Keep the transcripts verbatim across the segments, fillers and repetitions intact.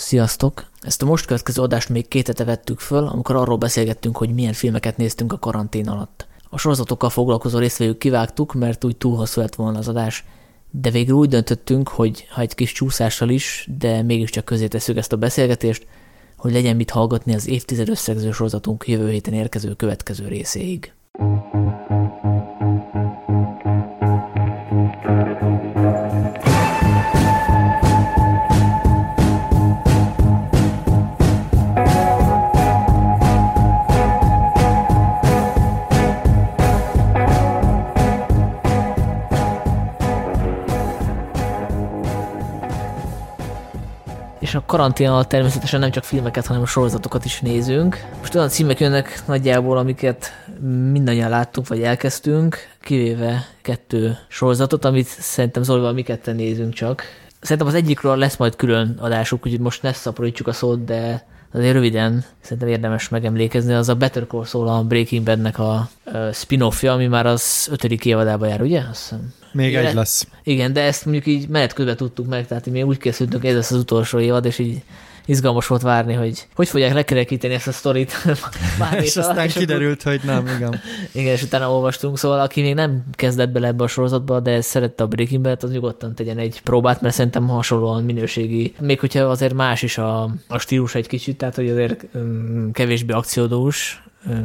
Sziasztok! Ezt a most következő adást még két hete vettük föl, amikor arról beszélgettünk, hogy milyen filmeket néztünk a karantén alatt. A sorozatokkal foglalkozó résztvevők kivágtuk, mert úgy túl hosszú lett volna az adás, de végül úgy döntöttünk, hogy ha egy kis csúszással is, de mégiscsak közé tesszük ezt a beszélgetést, hogy legyen mit hallgatni az évtized összegző sorozatunk jövő héten érkező következő részéig. És a karantén alatt természetesen nem csak filmeket, hanem a sorozatokat is nézünk. Most olyan címek jönnek nagyjából, amiket mindannyian láttunk, vagy elkezdtünk, kivéve kettő sorozatot, amit szerintem Zolival mi ketten nézünk csak. Szerintem az egyikről lesz majd külön adásuk, úgyhogy most ne szaporítsuk a szót, de azért röviden szerintem érdemes megemlékezni. Az a Better Call Saul, a Breaking Badnek a spin-offja, ami már az ötödik évadába jár, ugye? Azt hiszem. Még igen, egy lesz. Igen, de ezt mondjuk így menet közben tudtuk meg, tehát mi úgy készültünk, hogy ez lesz az utolsó évad, és így izgalmas volt várni, hogy hogy fogják lekerekíteni ezt a sztorit. És aztán kiderült, hogy nem, igen. Igen, és utána olvastunk, szóval aki még nem kezdett bele ebbe a sorozatba, de szerette a Breaking Bad, az nyugodtan tegyen egy próbát, mert szerintem hasonlóan minőségi, még hogyha azért más is a, a stílus egy kicsit, tehát hogy azért um, kevésbé akciódús,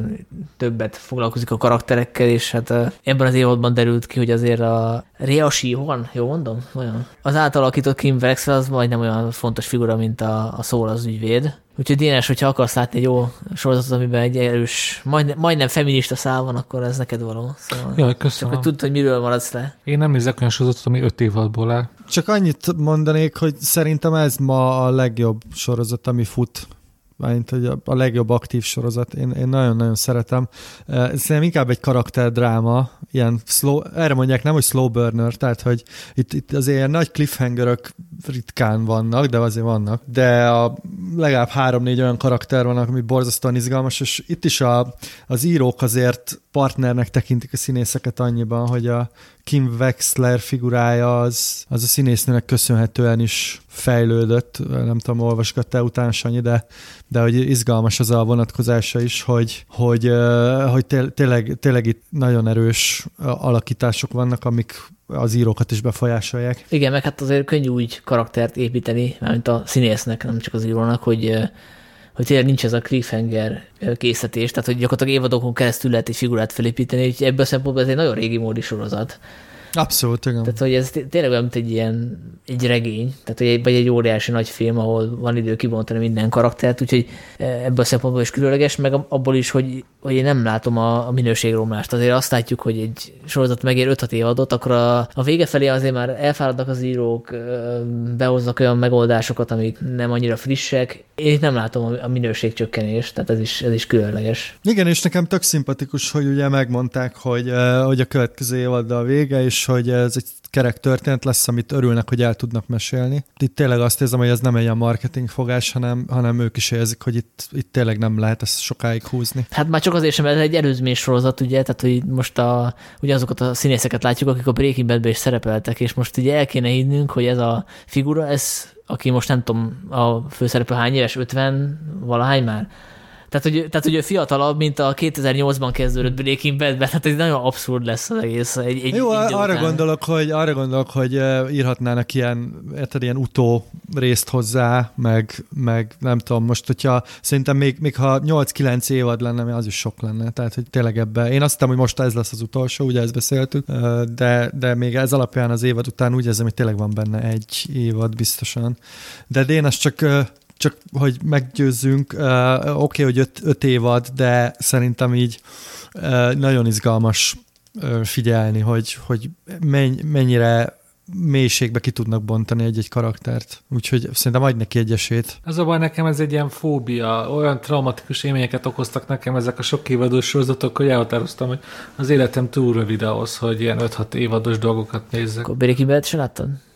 többet foglalkozik a karakterekkel, és hát ebben az évadban derült ki, hogy azért a Rhea Seehorn, jó mondom? Olyan. Az átalakított Kim Maxwell az majdnem olyan fontos figura, mint a, a Saul az ügyvéd. Úgyhogy Dénes, hogyha akarsz látni egy jó sorozatot, amiben egy erős, majdnem, majdnem feminista szál van, akkor ez neked való. Szóval Jaj, köszönöm. Csak hogy tudd, hogy miről maradsz le. Én nem nézek olyan sorozatot, ami öt évadból áll. Csak annyit mondanék, hogy szerintem ez ma a legjobb sorozat, ami fut. Mint hogy a legjobb aktív sorozat. Én, én nagyon-nagyon szeretem. Szerintem inkább egy karakterdráma, ilyen slow, erre mondják nem, hogy slow burner, tehát hogy itt, itt azért ilyen nagy cliffhangerök ritkán vannak, de azért vannak, de a legalább három-négy olyan karakter vannak, ami borzasztóan izgalmas, és itt is a, az írók azért partnernek tekintik a színészeket annyiban, hogy a Kim Wexler figurája az, az a színésznőnek köszönhetően is fejlődött. Nem tudom, olvasgattál utána, Sanyi, de, de hogy izgalmas az a vonatkozása is, hogy, hogy, hogy tényleg, tényleg itt nagyon erős alakítások vannak, amik az írókat is befolyásolják. Igen, meg hát azért könnyű úgy karaktert építeni, mármint a színésznek, nem csak az írónak, hogy hogy tényleg nincs ez a cliffhanger készítés, tehát hogy gyakorlatilag évadokon keresztül lehet egy figurát felépíteni, hogy ebből a szempontból ez egy nagyon régi módi sorozat. Abszolút, igen. Tehát, hogy ez tényleg olyan, mint egy ilyen egy regény, tehát hogy egy, vagy egy óriási nagy film, ahol van idő kibontani minden karaktert, úgyhogy ebből a szempontból is különleges, meg abból is, hogy, hogy én nem látom a, a minőségromlást. Azért azt látjuk, hogy egy sorozat megér öt-hat évadot, akkor a, a vége felé azért már elfáradnak az írók, behoznak olyan megoldásokat, amik nem annyira frissek. Én nem látom a, a minőségcsökkenést, tehát ez is, ez is különleges. Igen, és nekem tök szimpatikus, hogy ugye megmondták, hogy, hogy a következő évad a vége, és hogy ez egy kerek történet lesz, amit örülnek, hogy el tudnak mesélni. Itt tényleg azt érzem, hogy ez nem egy ilyen marketing fogás, hanem, hanem ők is érzik, hogy itt, itt tényleg nem lehet ezt sokáig húzni. Hát már csak azért sem, ez egy előzmény sorozat, ugye, tehát hogy most a, ugye azokat a színészeket látjuk, akik a Breaking Badben is szerepeltek, és most ugye el kéne hinnünk, hogy ez a figura, ez, aki most nem tudom, a főszereplő hány éves, ötven valahány már? Tehát hogy, tehát, hogy ő fiatalabb, mint a kétezer-nyolcban kezdődött Breaking Badben, tehát ez nagyon abszurd lesz az egész. Egy, egy Jó, arra gondolok, hogy, arra gondolok, hogy írhatnának ilyen, érted, ilyen utó részt hozzá, meg, meg nem tudom, most, hogyha szerintem még, még ha nyolc-kilenc évad lenne, az is sok lenne. Tehát, hogy tényleg ebben, én azt hittem, hogy most ez lesz az utolsó, ugye ezt beszéltük, de, de még ez alapján az évad után úgy érzem, hogy tényleg van benne egy évad biztosan. De én azt csak Csak hogy meggyőzzünk, uh, oké, okay, hogy öt, öt évad, de szerintem így uh, nagyon izgalmas uh, figyelni, hogy, hogy menny, mennyire mélységbe ki tudnak bontani egy-egy karaktert. Úgyhogy szerintem adj neki egy esélyt. Az a baj, nekem ez egy ilyen fóbia, olyan traumatikus élményeket okoztak nekem ezek a sok évados sorozatok, hogy elhatároztam, hogy az életem túl rövid ahhoz, hogy ilyen öt-hat évados dolgokat nézzek. Akkor Breaking Bad se láttad?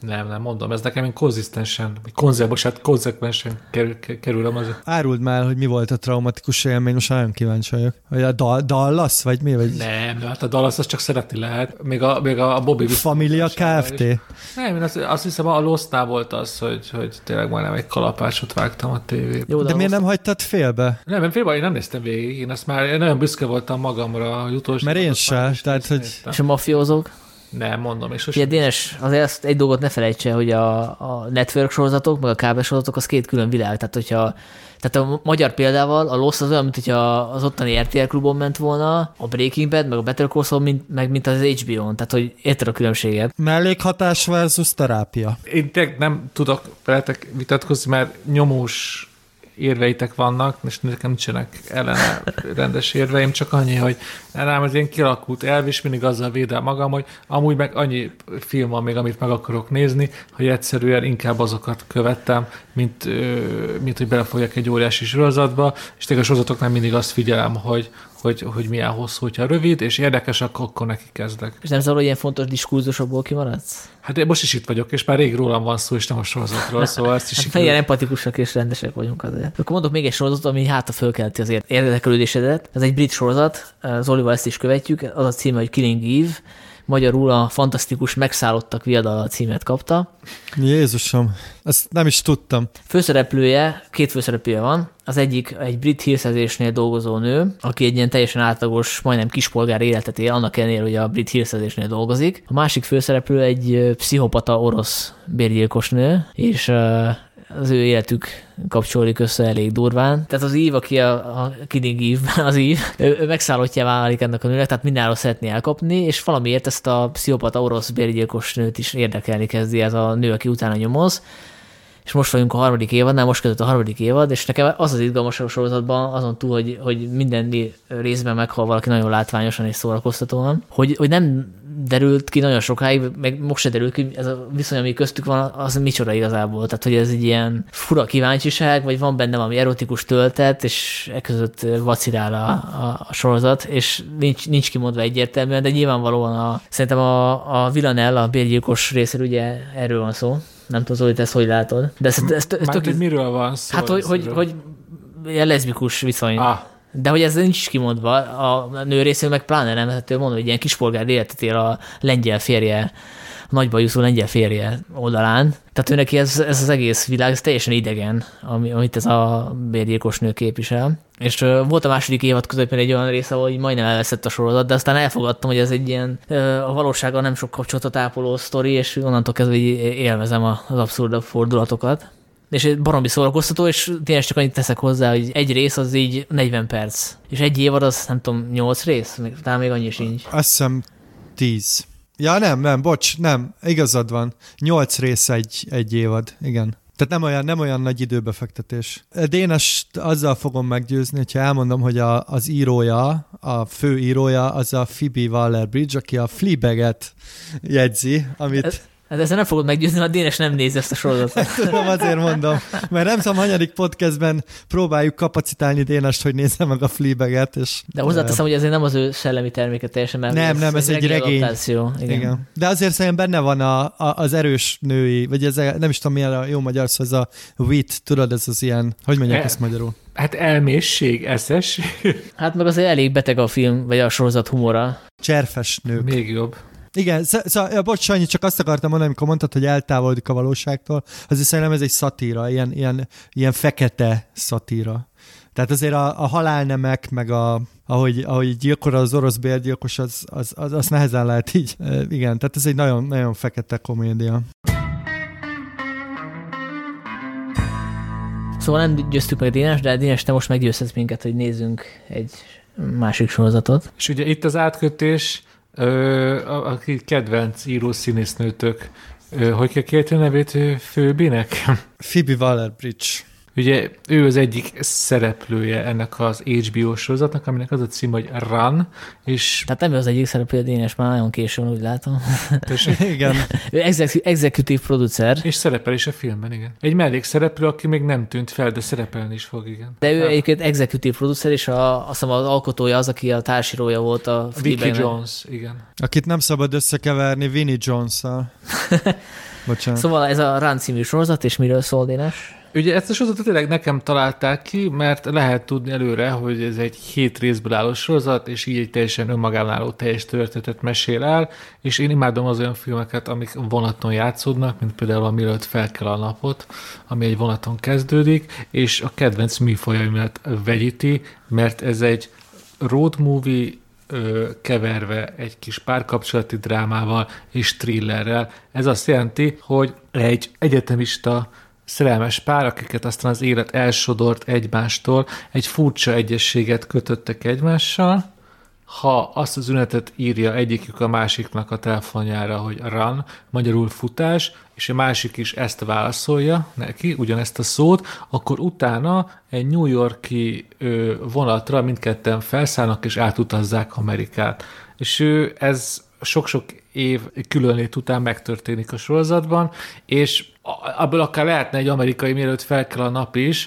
Nem, nem mondom, ez nekem konzisztensen, konzerv, bocsánat, konzekvensen kerül, kerülöm az. Áruld már, hogy mi volt a traumatikus élmény, most nagyon kíváncsi vagyok. Hogy a da- Dallas, vagy mi? Vagy... Nem, hát a Dallas az csak szeretni lehet. Még a, még a Bobby... Familia Kft. Is. Nem, én azt, azt hiszem, a Lostnál volt az, hogy, hogy tényleg majdnem egy kalapácsot vágtam a tévében. Jó, de, de miért nem hagytad félbe? Nem, nem félbe, én nem néztem végig. Én azt már én nagyon büszke voltam magamra, hogy utolsó... Mert én sem, tehát hogy... És a mafiózók? Nem, mondom. És ugye Dénes, azért azt egy dolgot ne felejtse, hogy a, a network sorozatok, meg a kábel sorozatok, az két külön világ. Tehát, hogyha, tehát a magyar példával a Lost az olyan, mint hogyha az ottani er té el klubon ment volna, a Breaking Bad, meg a Better Call Saul, mint, meg mint az há bé ó-n. Tehát, hogy érted a különbséget. Mellékhatás versus terápia. Én tényleg nem tudok veletek vitatkozni, mert nyomós érveitek vannak, és nekem nincsenek ellene rendes érveim, csak annyi, hogy rám az én kialakult elv, és mindig azzal védel magam, hogy amúgy meg annyi film van még, amit meg akarok nézni, hogy egyszerűen inkább azokat követtem, mint, mint hogy belefogjak egy óriási sorozatba, és tényleg a sorozatoknál mindig azt figyelem, hogy Hogy, hogy milyen hosszú, hogyha rövid, és érdekes, akkor, akkor neki kezdek. És nem zavar, hogy ilyen fontos diskurzusokból kimaradsz? Hát én most is itt vagyok, és már rég rólam van szó, és nem a sorozatról, szóval ezt is... Hát ilyen empatikusak és rendesek vagyunk azért. Akkor mondok még egy sorozatot, ami hátra fölkelti az érdeklődésedet. Ez egy brit sorozat, Zolival ezt is követjük, az a címe, hogy Killing Eve. Magyarul a fantasztikus megszállottak viadala címet kapta. Jézusom, ezt nem is tudtam. Főszereplője, két főszereplője van. Az egyik egy brit hírszerzésnél dolgozó nő, aki egy ilyen teljesen átlagos, majdnem kispolgár életet él, annak ellenére, hogy a brit hírszerzésnél dolgozik. A másik főszereplő egy pszichopata orosz bérgyilkos nő, és az ő életük kapcsolódik össze elég durván. Tehát az Eve, aki a, a Killing Eve, az Eve, ő, ő megszállottjá válik ennek a nőnek, tehát mindenről szeretné elkapni, és valamiért ezt a pszichopata orosz bérgyilkos nőt is érdekelni kezdi ez a nő, aki utána nyomoz. És most vagyunk a harmadik évadnál, most kezdett a harmadik évad, és nekem az az izgalmas a sorozatban, azon túl, hogy, hogy minden részben meghal valaki nagyon látványosan és szórakoztatóan, hogy, hogy nem derült ki nagyon sokáig, meg most se derült ki, ez a viszony, ami köztük van, az micsoda igazából. Tehát, hogy ez egy ilyen fura kíváncsiság, vagy van benne valami erotikus töltet, és e között vacilál a, a, a sorozat, és nincs, nincs kimondva egyértelműen, de nyilvánvalóan a, szerintem a, a Villanelle, a bérgyilkos részéről ugye erről van szó. Nem tudom, Zoli, te ezt hogy látod? De ez, ez, ez tök... hogy miről van szó? Hát, hogy, hogy, hogy ilyen leszbikus viszony. Ah. De hogy ez nincs kimondva, a nő részéről meg pláne nem lehető mondani, hogy ilyen kispolgár életet él a lengyel férje, a nagybajuszó lengyel férje oldalán. Tehát ő neki ez, ez az egész világ, ez teljesen idegen, amit ez a bérgyilkos nő képvisel. És uh, volt a második évad közepén egy olyan része, ahol majdnem elveszett a sorozat, de aztán elfogadtam, hogy ez egy ilyen uh, a valósággal nem sok kapcsolatot ápoló sztori, és onnantól kezdve élvezem az abszurdabb fordulatokat. És baromi szórakoztató, és tényleg csak annyit teszek hozzá, hogy egy rész az így negyven perc. És egy évad az, nem tudom, nyolc rész? Talán még annyi sincs. Azt hiszem tíz. Ja, nem, nem, bocs, nem, igazad van. Nyolc rész egy, egy évad, igen. Tehát nem olyan, nem olyan nagy időbefektetés. Dénes azzal fogom meggyőzni, hogyha elmondom, hogy a, az írója, a fő írója, az a Phoebe Waller-Bridge, aki a Fleabag-et jegyzi, amit... Ez... Hát ezzel nem fogod meggyőzni, a Dénes nem nézi ezt a sorozatot. Tudom, azért mondom. Mert nem tudom, hanyadik podcastben próbáljuk kapacitálni Dénest, hogy nézze meg a Fleabag-et. És, de hozzáteszem, hogy ezért nem az ő szellemi terméke teljesen, mert nem, nem, ez, ez egy regény. Adaptáció. Igen. Igen. De azért szerintem benne van a, a, az erős női, vagy ez nem is tudom, milyen a jó magyar szó, ez a wit, tudod, ez az ilyen, hogy mondják El, ezt magyarul? Hát elmészség, eszes. Hát meg azért elég beteg a film, vagy a sorozat humora. Cserfes nők. Még jobb. Igen, szóval, bocs, Sanyi, csak azt akartam mondani, amikor mondtad, hogy eltávolodik a valóságtól, azért szerintem ez egy szatíra, ilyen, ilyen, ilyen fekete szatíra. Tehát azért a, a halálnemek, meg a, ahogy, ahogy gyilkol az orosz bérgyilkos, az, az, az, az nehezen lehet így. Igen, tehát ez egy nagyon, nagyon fekete komédia. Szóval nem győztük meg Dénes, de Dénes, te most meggyőzhetsz minket, hogy nézzünk egy másik sorozatot. És ugye itt az átkötés, Ö, a, a kedvenc író színésznőtök, ö, hogy kell kérteni a nevét Phoebe-nek? Phoebe Waller-Bridge. Ugye ő az egyik szereplője ennek az há bé ó sorozatnak, aminek az a cím, hogy Run, és... Tehát nem ő az egyik szereplője, Dénes, már nagyon későn, úgy látom. Igen. Ő executive producer. És szerepel is a filmben, igen. Egy mellékszereplő, aki még nem tűnt fel, de szerepelni is fog, igen. De ő hát. Egyébként executive producer, és a, azt hiszem az alkotója az, aki a társírója volt a... Vicky Jones, igen. Akit nem szabad összekeverni Vinnie Jones-szal. Bocsánat. Szóval ez a Run című sorozat, és miről szól, Dénes? Ugye ezt a sorozatot tényleg nekem találták ki, mert lehet tudni előre, hogy ez egy hét részből álló sorozat, és így egy teljesen önmagában álló teljes történetet mesél el, és én imádom az olyan filmeket, amik vonaton játszódnak, mint például a Mielőtt fel kell a napot, ami egy vonaton kezdődik, és a kedvenc műfajaimat vegyíti, mert ez egy road movie, Ö, keverve egy kis párkapcsolati drámával és thrillerrel. Ez azt jelenti, hogy egy egyetemista szerelmes pár, akiket aztán az élet elsodort egymástól, egy furcsa egyességet kötöttek egymással. Ha azt az üzenetet írja egyikük a másiknak a telefonjára, hogy run, magyarul futás, és a másik is ezt válaszolja neki, ugyanezt a szót, akkor utána egy New York-i ö, vonatra mindketten felszállnak és átutazzák Amerikát. És ő ez sok-sok év különlét után megtörténik a sorozatban, és abból akár lehetne egy amerikai Mielőtt fel kell a nap is,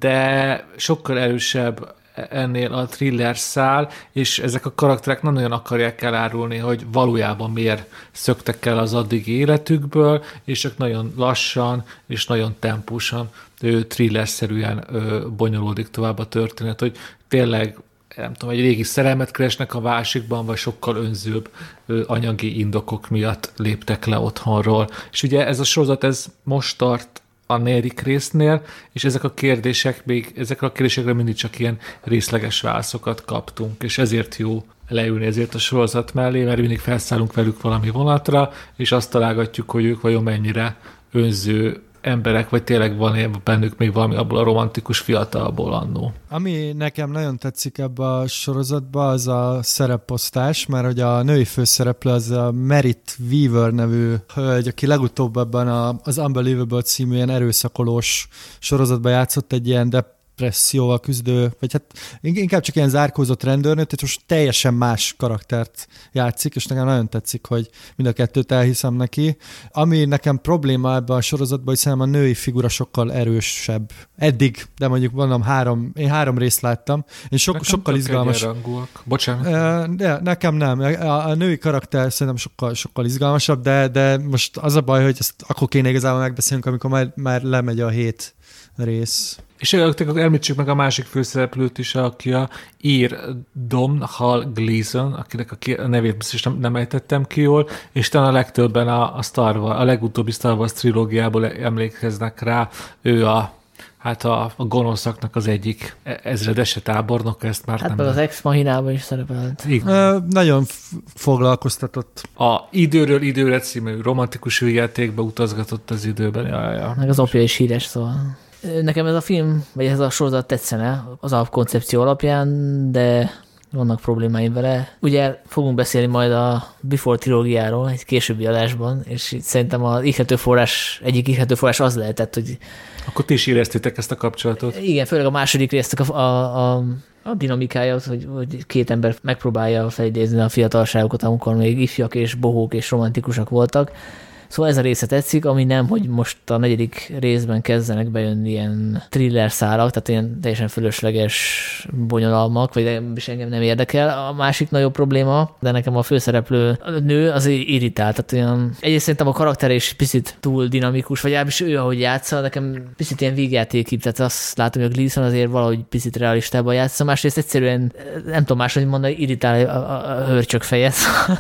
de sokkal erősebb ennél a thriller szál, és ezek a karakterek nem nagyon akarják elárulni, hogy valójában miért szöktek el az addigi életükből, és csak nagyon lassan és nagyon tempósan, thriller-szerűen bonyolódik tovább a történet, hogy tényleg nem tudom, egy régi szerelmet keresnek a másikban, vagy sokkal önzőbb anyagi indokok miatt léptek le otthonról. És ugye ez a sorozat, ez most tart a negyedik résznél, és ezek a kérdések még, ezekre a kérdésekre mindig csak ilyen részleges válaszokat kaptunk, és ezért jó leülni ezért a sorozat mellé, mert mindig felszállunk velük valami vonatra, és azt találgatjuk, hogy ők vajon mennyire önző emberek, vagy tényleg van bennük még valami abból a romantikus fiatalból annó. Ami nekem nagyon tetszik ebbe a sorozatba, az a szerepposztás, mert hogy a női főszereplő az a Merit Weaver nevű hölgy, aki legutóbb ebben a, az Unbelievable című ilyen erőszakolós sorozatban játszott egy ilyen depresszióval küzdő, vagy hát inkább csak ilyen zárkózott rendőrnőt, és most teljesen más karaktert játszik, és nekem nagyon tetszik, hogy mind a kettőt elhiszem neki. Ami nekem probléma ebben a sorozatban, hogy szerintem a női figura sokkal erősebb. Eddig, de mondjuk mondom, három, én három részt láttam, én so, sokkal izgalmas. Bocsánat. De nekem nem. A, a női karakter szerintem sokkal, sokkal izgalmasabb, de, de most az a baj, hogy ezt akkor kéne igazából megbeszélnünk, amikor már, már lemegy a hét rész. És említsük meg a másik főszereplőt is, aki a ír Domhnall Gleeson, akinek a nevét biztos nem, nem ejtettem ki jól, és talán a legtöbben a, a, Star Wars, a legutóbbi Star Wars trilógiából emlékeznek rá, ő a hát a, a gonoszaknak az egyik ezredese tábornok, ezt már hát nem... Hát az Ex Machinában is szerepelt. Ö, nagyon f- foglalkoztatott. A Időről időre című romantikus játékba utazgatott az időben. Ja, ja. Meg az apja is híres, szóval... Nekem ez a film, vagy ez a sorozat tetszene az alapkoncepció alapján, de vannak problémáim vele. Ugye fogunk beszélni majd a Before trilógiáról egy későbbi adásban, és szerintem az ihlető forrás, egyik ihlető forrás az lehetett, hogy... Akkor ti is éreztétek ezt a kapcsolatot? Igen, főleg a második résztek a, a, a, a dinamikája az, hogy, hogy két ember megpróbálja felidézni a fiatalságokat, amikor még ifjak és bohók és romantikusak voltak. Szóval ez a része tetszik, ami nem, hogy most a negyedik részben kezdenek bejönni ilyen thriller szálak, tehát ilyen teljesen fölösleges bonyodalmak, vagy engem nem érdekel. A másik nagyobb probléma, de nekem a főszereplő a nő az irritál, tehát olyan, egyrészt szerintem a karakter is picit túl dinamikus, vagy is ő, ahogy játsza, nekem picit ilyen vígjátékib, tehát azt látom, hogy a Gleeson azért valahogy picit realistában játsza, másrészt egyszerűen nem tudom máshogy mondani, irritál a, a, a hörcsök fejet.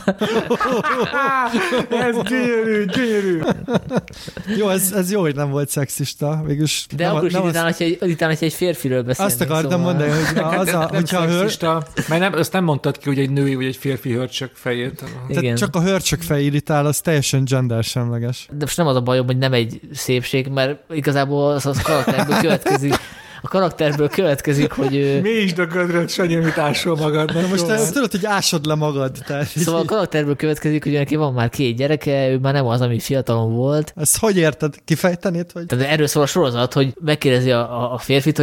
Ez gyönyörű, gyönyörű. Jó, ez, ez jó, hogy nem volt szexista. Végülis de nem, akkor is irritál, az... hogyha, irritál, hogyha egy férfiről beszélnénk. Azt akartam szóval... mondani, hogy az a, hogyha a hör... Mert nem, azt nem mondtad ki, hogy egy női vagy egy férfi hörcsök fejét. Tehát csak a hörcsök fej irritál, az teljesen gendersemleges. De most nem az a bajom, hogy nem egy szépség, mert igazából az, az karakterből következik. A karakterből következik, hogy... Mélyisd a gödröt, Sanyi, amit ásol magadnak. Na most te tudod, hogy ásod le magad. Tehát szóval a karakterből következik, hogy neki van már két gyereke, ő már nem az, ami fiatalon volt. Ezt hogy érted? Kifejtenéd? Hogy... Tehát erről szól a sorozat, hogy megkérdezi a, a férfit, hogy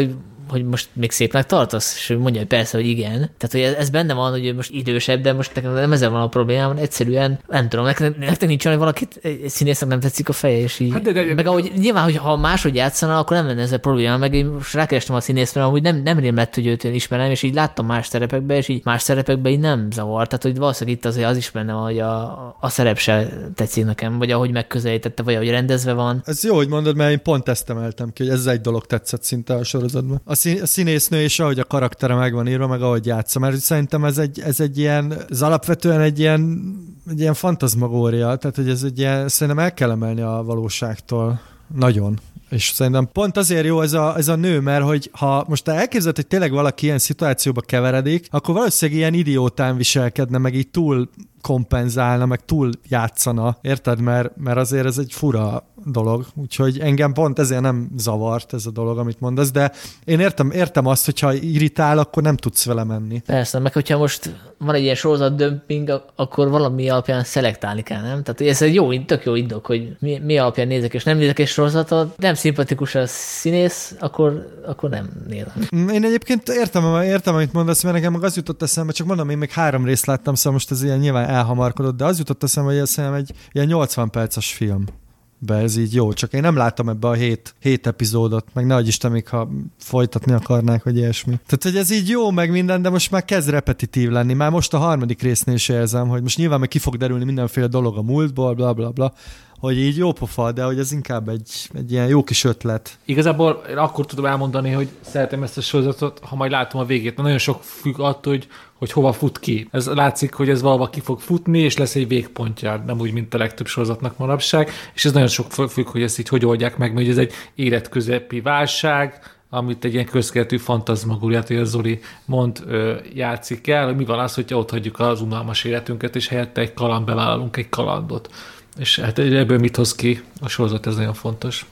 hogy most még szépnek tartasz? És ő mondja, hogy persze, hogy igen. Tehát, hogy ez, ez benne van, hogy ő most idősebb, de most nekem nem ezzel van a problémám, egyszerűen nem tudom, nektek, nektek nincs olyan, hogy valakit egy színésznek nem tetszik a feje, és így. Hát de, de, de, meg ahogy nyilván, hogy ha máshogy játszana, akkor nem lenne ezzel probléma, meg én most rákerestem a színészre, amúgy nem, nem rém lett, hogy őt én ismerem, és így láttam más szerepekben, és így más szerepekben így nem zavar. Tehát, hogy valószínűleg itt azért az is benne van, hogy a, a szerep se tetszik nekem, vagy ahogy megközelítette, vagy ahogy rendezve van. Ez jó, hogy mondod, mert én pont ezt emeltem ki, hogy ez egy dolog tetszett szinte a sorozatban. A, szín, a színésznő és ahogy a karaktere meg van írva, meg ahogy játsza, mert szerintem ez egy, ez egy ilyen, ez alapvetően egy ilyen, egy ilyen fantazmagória, tehát hogy ez egy ilyen, szerintem el kell emelni a valóságtól. Nagyon. És szerintem pont azért jó ez a, ez a nő, mert hogy ha most te elképzeled, hogy tényleg valaki ilyen szituációba keveredik, akkor valószínűleg ilyen idiótán viselkedne, meg így túl kompenzálna, meg túl játszana, érted? Mert, mert azért ez egy fura dolog, úgyhogy engem pont ezért nem zavart ez a dolog, amit mondasz, de én értem, értem azt, hogyha irritál, akkor nem tudsz vele menni. Persze, meg hogyha most van egy ilyen sorozat dömping, akkor valami alapján szelektálni kell, nem? Tehát ez egy jó, tök jó indok, hogy mi, mi alapján nézek, és nem nézek egy sorozatot, nem szimpatikus a színész, akkor, akkor nem nézem. Én egyébként értem, értem, amit mondasz, mert nekem meg az jutott eszembe, csak mondom, én még három részt láttam, szóval most ez ilyen nyilván elhamarkodott, de az jutott eszembe, hogy ez szerintem egy ilyen nyolcvan perces film. Be ez így jó, csak én nem láttam ebbe a hét, hét epizódot, meg nehogy Isten, még ha folytatni akarnák, vagy ilyesmi. Tehát, hogy ez így jó, meg minden, de most már kezd repetitív lenni. Már most a harmadik résznél is érzem, hogy most nyilván meg ki fog derülni mindenféle dolog a múltból, bla bla bla, hogy így jó pofa, de hogy ez inkább egy, egy ilyen jó kis ötlet. Igazából én akkor tudom elmondani, hogy szeretem ezt a sorozatot, ha majd látom a végét, mert nagyon sok függ attól, hogy, hogy hova fut ki. Ez látszik, hogy ez valahol ki fog futni, és lesz egy végpontja, nem úgy, mint a legtöbb sorozatnak manapság, és ez nagyon sok függ, hogy ezt így hogy oldják meg, mert ez egy életközepi válság, amit egy ilyen közkeletű fantazmagóriát, hogy a Zoli mond, játszik el, hogy mi van az, hogyha ott hagyjuk az unalmas életünket, és helyette egy kaland bevállalunk egy kalandot. És hát ebből mit hoz ki a sorozat, ez nagyon fontos.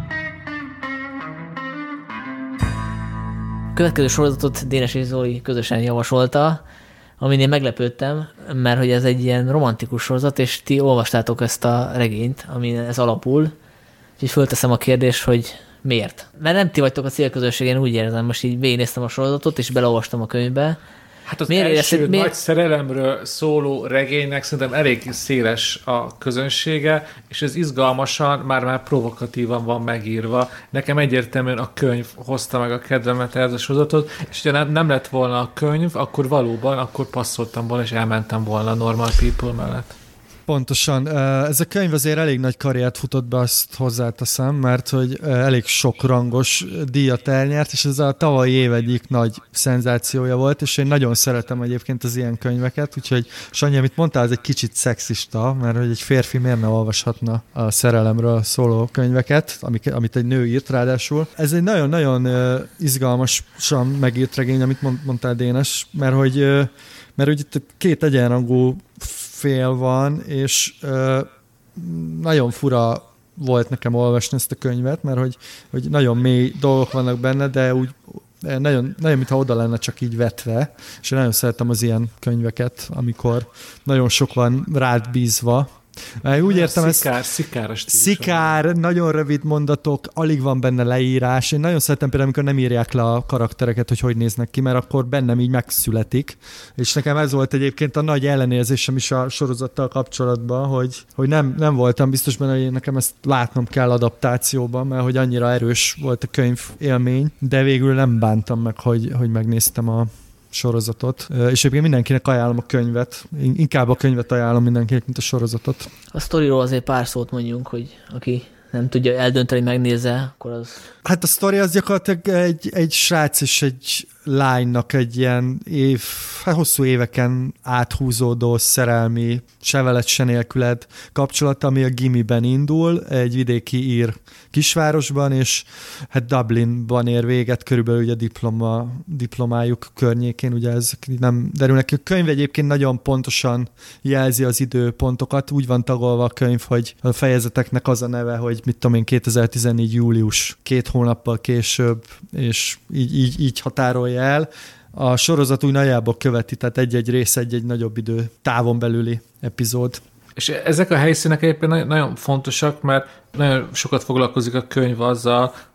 A következő sorozatot Dénes és Zoli közösen javasolta, amin én meglepődtem, mert hogy ez egy ilyen romantikus sorozat, és ti olvastátok ezt a regényt, amin ez alapul, úgyhogy fölteszem a kérdést, hogy miért? Mert nem ti vagytok a célközönség, én úgy érzem, most így végignéztem a sorozatot, és beleolvastam a könyvbe. Hát az miért első érezted, nagy miért? Szerelemről szóló regénynek szerintem elég széles a közönsége, és ez izgalmasan, már-már provokatívan van megírva. Nekem egyértelműen a könyv hozta meg a kedvemet ez a sorozatot, és ha nem, nem lett volna a könyv, akkor valóban, akkor passzoltam volna, és elmentem volna a Normal People mellett. Pontosan. Ez a könyv azért elég nagy karriert futott be, azt hozzáteszem, mert hogy elég sok rangos díjat elnyert, és ez a tavalyi év egyik nagy szenzációja volt, és én nagyon szeretem egyébként az ilyen könyveket, úgyhogy Sanyi, amit mondtál, ez egy kicsit szexista, mert hogy egy férfi miért ne olvashatna a szerelemről szóló könyveket, amit egy nő írt ráadásul. Ez egy nagyon-nagyon izgalmasan megírt regény, amit mondtál, Dénes, mert hogy, mert hogy itt két egyenrangú fél van, és ö, nagyon fura volt nekem olvasni ezt a könyvet, mert hogy, hogy nagyon mély dolgok vannak benne, de úgy nagyon, nagyon mintha oda lenne csak így vetve, és én nagyon szeretem az ilyen könyveket, amikor nagyon sok van rád bízva. Úgy értem, szikár, ezt, szikár, szikár, nagyon rövid mondatok, alig van benne leírás. Én nagyon szeretem például, amikor nem írják le a karaktereket, hogy hogy néznek ki, mert akkor bennem így megszületik. És nekem ez volt egyébként a nagy ellenérzésem is a sorozattal kapcsolatban, hogy, hogy nem, nem voltam biztos benne, hogy nekem ezt látnom kell adaptációban, mert hogy annyira erős volt a könyv élmény, de végül nem bántam meg, hogy, hogy megnéztem a sorozatot, és egyébként mindenkinek ajánlom a könyvet. Inkább a könyvet ajánlom mindenkinek, mint a sorozatot. A sztoriról azért pár szót mondjunk, hogy aki nem tudja eldönteni, megnézze, akkor az... Hát a sztori az gyakorlatilag egy, egy srác és egy lánynak egy ilyen év, hát hosszú éveken áthúzódó szerelmi, se veled, se nélküled kapcsolata, ami a gimiben indul, egy vidéki ír kisvárosban, és hát Dublinban ér véget, körülbelül ugye a diploma, diplomájuk környékén, ugye ez nem derül neki. A könyv egyébként nagyon pontosan jelzi az időpontokat, úgy van tagolva a könyv, hogy a fejezeteknek az a neve, hogy mit tudom én, kétezer-tizennégy július, két hónappal később, és így, így, így határolja el. A sorozat úgy nagyjából követi, tehát egy-egy rész, egy-egy nagyobb idő távon belüli epizód. És ezek a helyszínek egyébként nagyon fontosak, mert nagyon sokat foglalkozik a könyv azzal,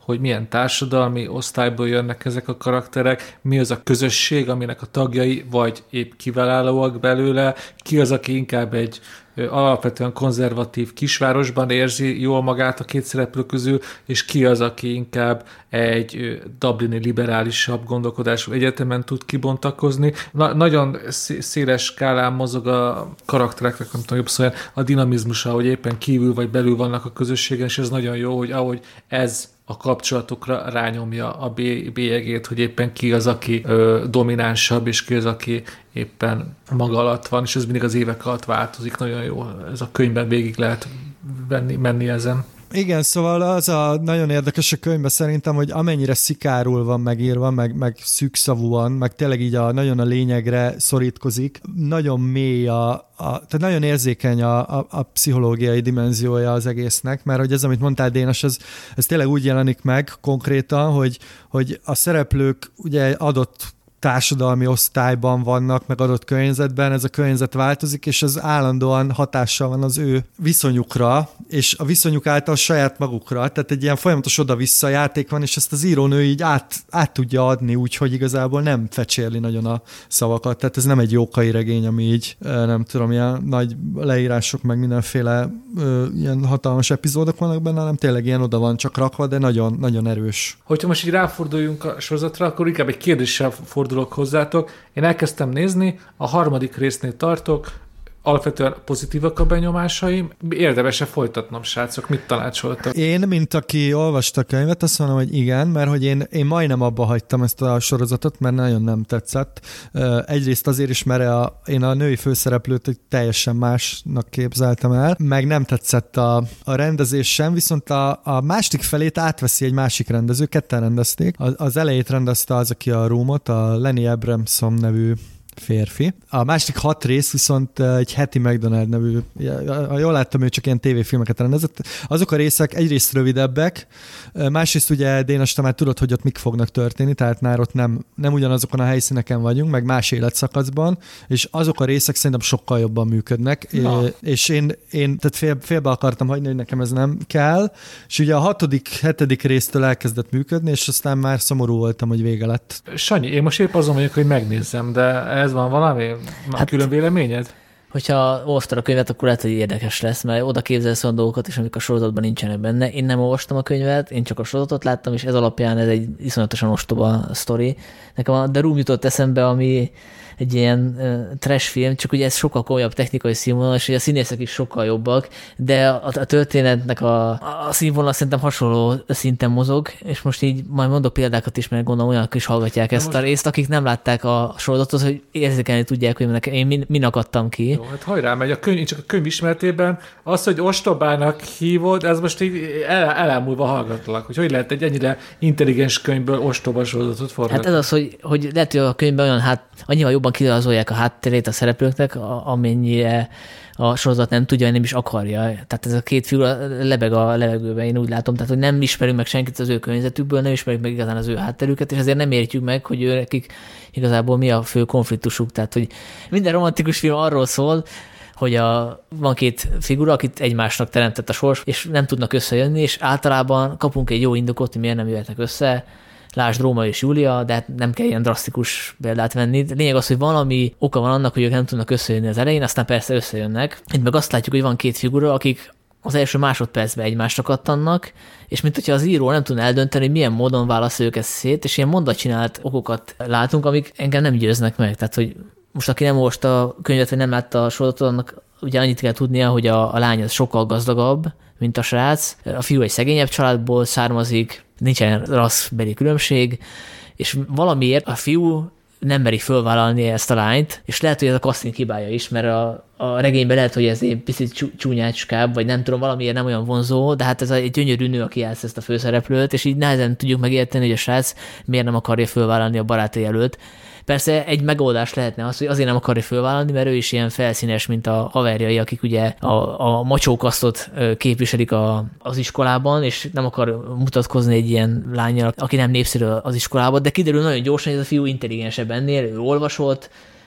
hogy milyen társadalmi osztályból jönnek ezek a karakterek, mi az a közösség, aminek a tagjai vagy épp kiválóak belőle, ki az, aki inkább egy alapvetően konzervatív kisvárosban érzi jól magát a két szereplő közül, és ki az, aki inkább egy dublini liberálisabb gondolkodású egyetemen tud kibontakozni. Na, nagyon széles skálán mozog a karaktereknek, nem tudom, jobb szóval a dinamizmusa, hogy éppen kívül vagy belül vannak a közösségen, és ez nagyon jó, hogy ahogy ez a kapcsolatokra rányomja a bélyegét, hogy éppen ki az, aki ö, dominánsabb, és ki az, aki éppen maga alatt van, és ez mindig az évek alatt változik. Nagyon jó, ez a könyvben végig lehet venni, menni ezen. Igen, szóval az a nagyon érdekes a könyvben szerintem, hogy amennyire szikárul van megírva, meg, meg szűkszavúan, meg tényleg így a, nagyon a lényegre szorítkozik, nagyon mély a, a tehát nagyon érzékeny a, a, a pszichológiai dimenziója az egésznek, mert hogy ez, amit mondtál, Dénes, ez, ez tényleg úgy jelenik meg konkrétan, hogy, hogy a szereplők ugye adott társadalmi osztályban vannak, meg adott környezetben, ez a környezet változik, és ez állandóan hatással van az ő viszonyukra, és a viszonyuk által saját magukra, tehát egy ilyen folyamatos oda-vissza játék van, és ezt az írónő így át, át tudja adni, úgyhogy igazából nem fecsérli nagyon a szavakat, tehát ez nem egy jókai regény, ami így, nem tudom, ilyen nagy leírások, meg mindenféle ilyen hatalmas epizódok vannak benne, hanem tényleg ilyen oda van csak rakva, de nagyon, nagyon erős. Hogyha most így ráforduljunk a sorozatra, akkor inkább egy kérdéssel fordulok hozzátok. Én elkezdtem nézni, a harmadik résznél tartok, alapvetően pozitívak a benyomásaim. Érdemes-e folytatnom, srácok? Mit tanácsoltak? Én, mint aki olvasta a könyvet, azt mondom, hogy igen, mert hogy én, én majdnem abba hagytam ezt a sorozatot, mert nagyon nem tetszett. Egyrészt azért is, mert a, én a női főszereplőt egy teljesen másnak képzeltem el, meg nem tetszett a, a rendezés sem, viszont a, a másik felét átveszi egy másik rendező, ketten rendezték. Az, az elejét rendezte az, aki a Roomot, a Lenny Abramson nevű férfi. A másik hat rész viszont egy Hattie McDonald nevű, ha jól láttam, ő csak ilyen tévéfilmeket rendezett. Azok a részek egyrészt rövidebbek, másrészt ugye Dénes, te már tudod, hogy ott mik fognak történni, tehát már ott nem, nem ugyanazokon a helyszíneken vagyunk, meg más életszakaszban, és azok a részek szerintem sokkal jobban működnek, Na. és én, én tehát fél, félbe akartam hagyni, hogy nekem ez nem kell, és ugye a hatodik, hetedik résztől elkezdett működni, és aztán már szomorú voltam, hogy vége lett. Sanyi, én most épp azon vagyok, hogy megnézzem, de ez van valami? Hát, külön véleményed? Hogyha olvastad a könyvet, akkor lehet, hogy érdekes lesz, mert oda képzelsz olyan dolgokat is, amik a sorozatban nincsenek benne. Én nem olvastam a könyvet, én csak a sorozatot láttam, és ez alapján ez egy iszonyatosan ostoba sztori. Nekem a The Room jutott eszembe, ami egy ilyen uh, trash film, csak ugye ez sokkal komolyabb technikai színvonal, és ugye a színészek is sokkal jobbak, de a, a történetnek a, a színvonal szerintem hasonló szinten mozog, és most így majd mondok példákat is, mert gondolom olyanok is hallgatják ezt most... a részt, akik nem látták a sorozatot, hogy érzékelni tudják, hogy én min, min akadtam ki. Jó, hát hajrá, megy a könyv, csak a könyv ismertében az, hogy ostobának hívod, ez most így el, elámulva hallgatlak, hogy hogy lehet egy ennyire intelligens könyvből ostoba sorozatot forgatni. Hát ez az, hogy, hogy lehet, hogy a könyvben olyan, hát annyival jobban kirajzolják a háttérét a szereplőknek, amennyire a sorozat nem tudja, vagy nem is akarja. Tehát ez a két figura lebeg a levegőben, én úgy látom, tehát hogy nem ismerünk meg senkit az ő környezetükből, nem ismerjük meg igazán az ő hátterüket, és ezért nem értjük meg, hogy ő nekik igazából mi a fő konfliktusuk. Tehát, hogy minden romantikus film arról szól, hogy a, van két figura, akit egymásnak teremtett a sors, és nem tudnak összejönni, és általában kapunk egy jó indokot, hogy miért nem jöhetnek össze. Lásd Róma és Júlia, de hát nem kell ilyen drasztikus példát venni. Lényeg az, hogy valami oka van annak, hogy ők nem tudnak összejönni az elején, aztán persze összejönnek. Itt meg azt látjuk, hogy van két figura, akik az első másodpercben egymásra kattannak, és mint hogyha az író nem tudna eldönteni, hogy milyen módon válaszol őket szét, és ilyen mondatcsinált okokat látunk, amik engem nem győznek meg. Tehát, hogy most aki nem olvasta a könyvet, vagy nem látta a sorozatot, annak ugye annyit kell tudnia, hogy a, a lány az sokkal gazdagabb, mint a srác. A fiú egy szegényebb családból származik, nincsen rasszbeli különbség, és valamiért a fiú nem meri fölvállalni ezt a lányt, és lehet, hogy ez a casting hibája is, mert a, a regényben lehet, hogy ez egy picit csúnyácskább, vagy nem tudom, valamiért nem olyan vonzó, de hát ez egy gyönyörű nő, aki játssz ezt a főszereplőt, és így nehezen tudjuk megérteni, hogy a srác miért nem akarja fölvállalni a barátai előtt. Persze egy megoldás lehetne az, hogy azért nem akarja fölvállalni, mert ő is ilyen felszínes, mint a haverjai, akik ugye a, a macsókasztot képviselik a, az iskolában, és nem akar mutatkozni egy ilyen lánnyal, aki nem népszerű az iskolában, de kiderül nagyon gyorsan, hogy ez a fiú intelligensebb ennél, ő olvasott,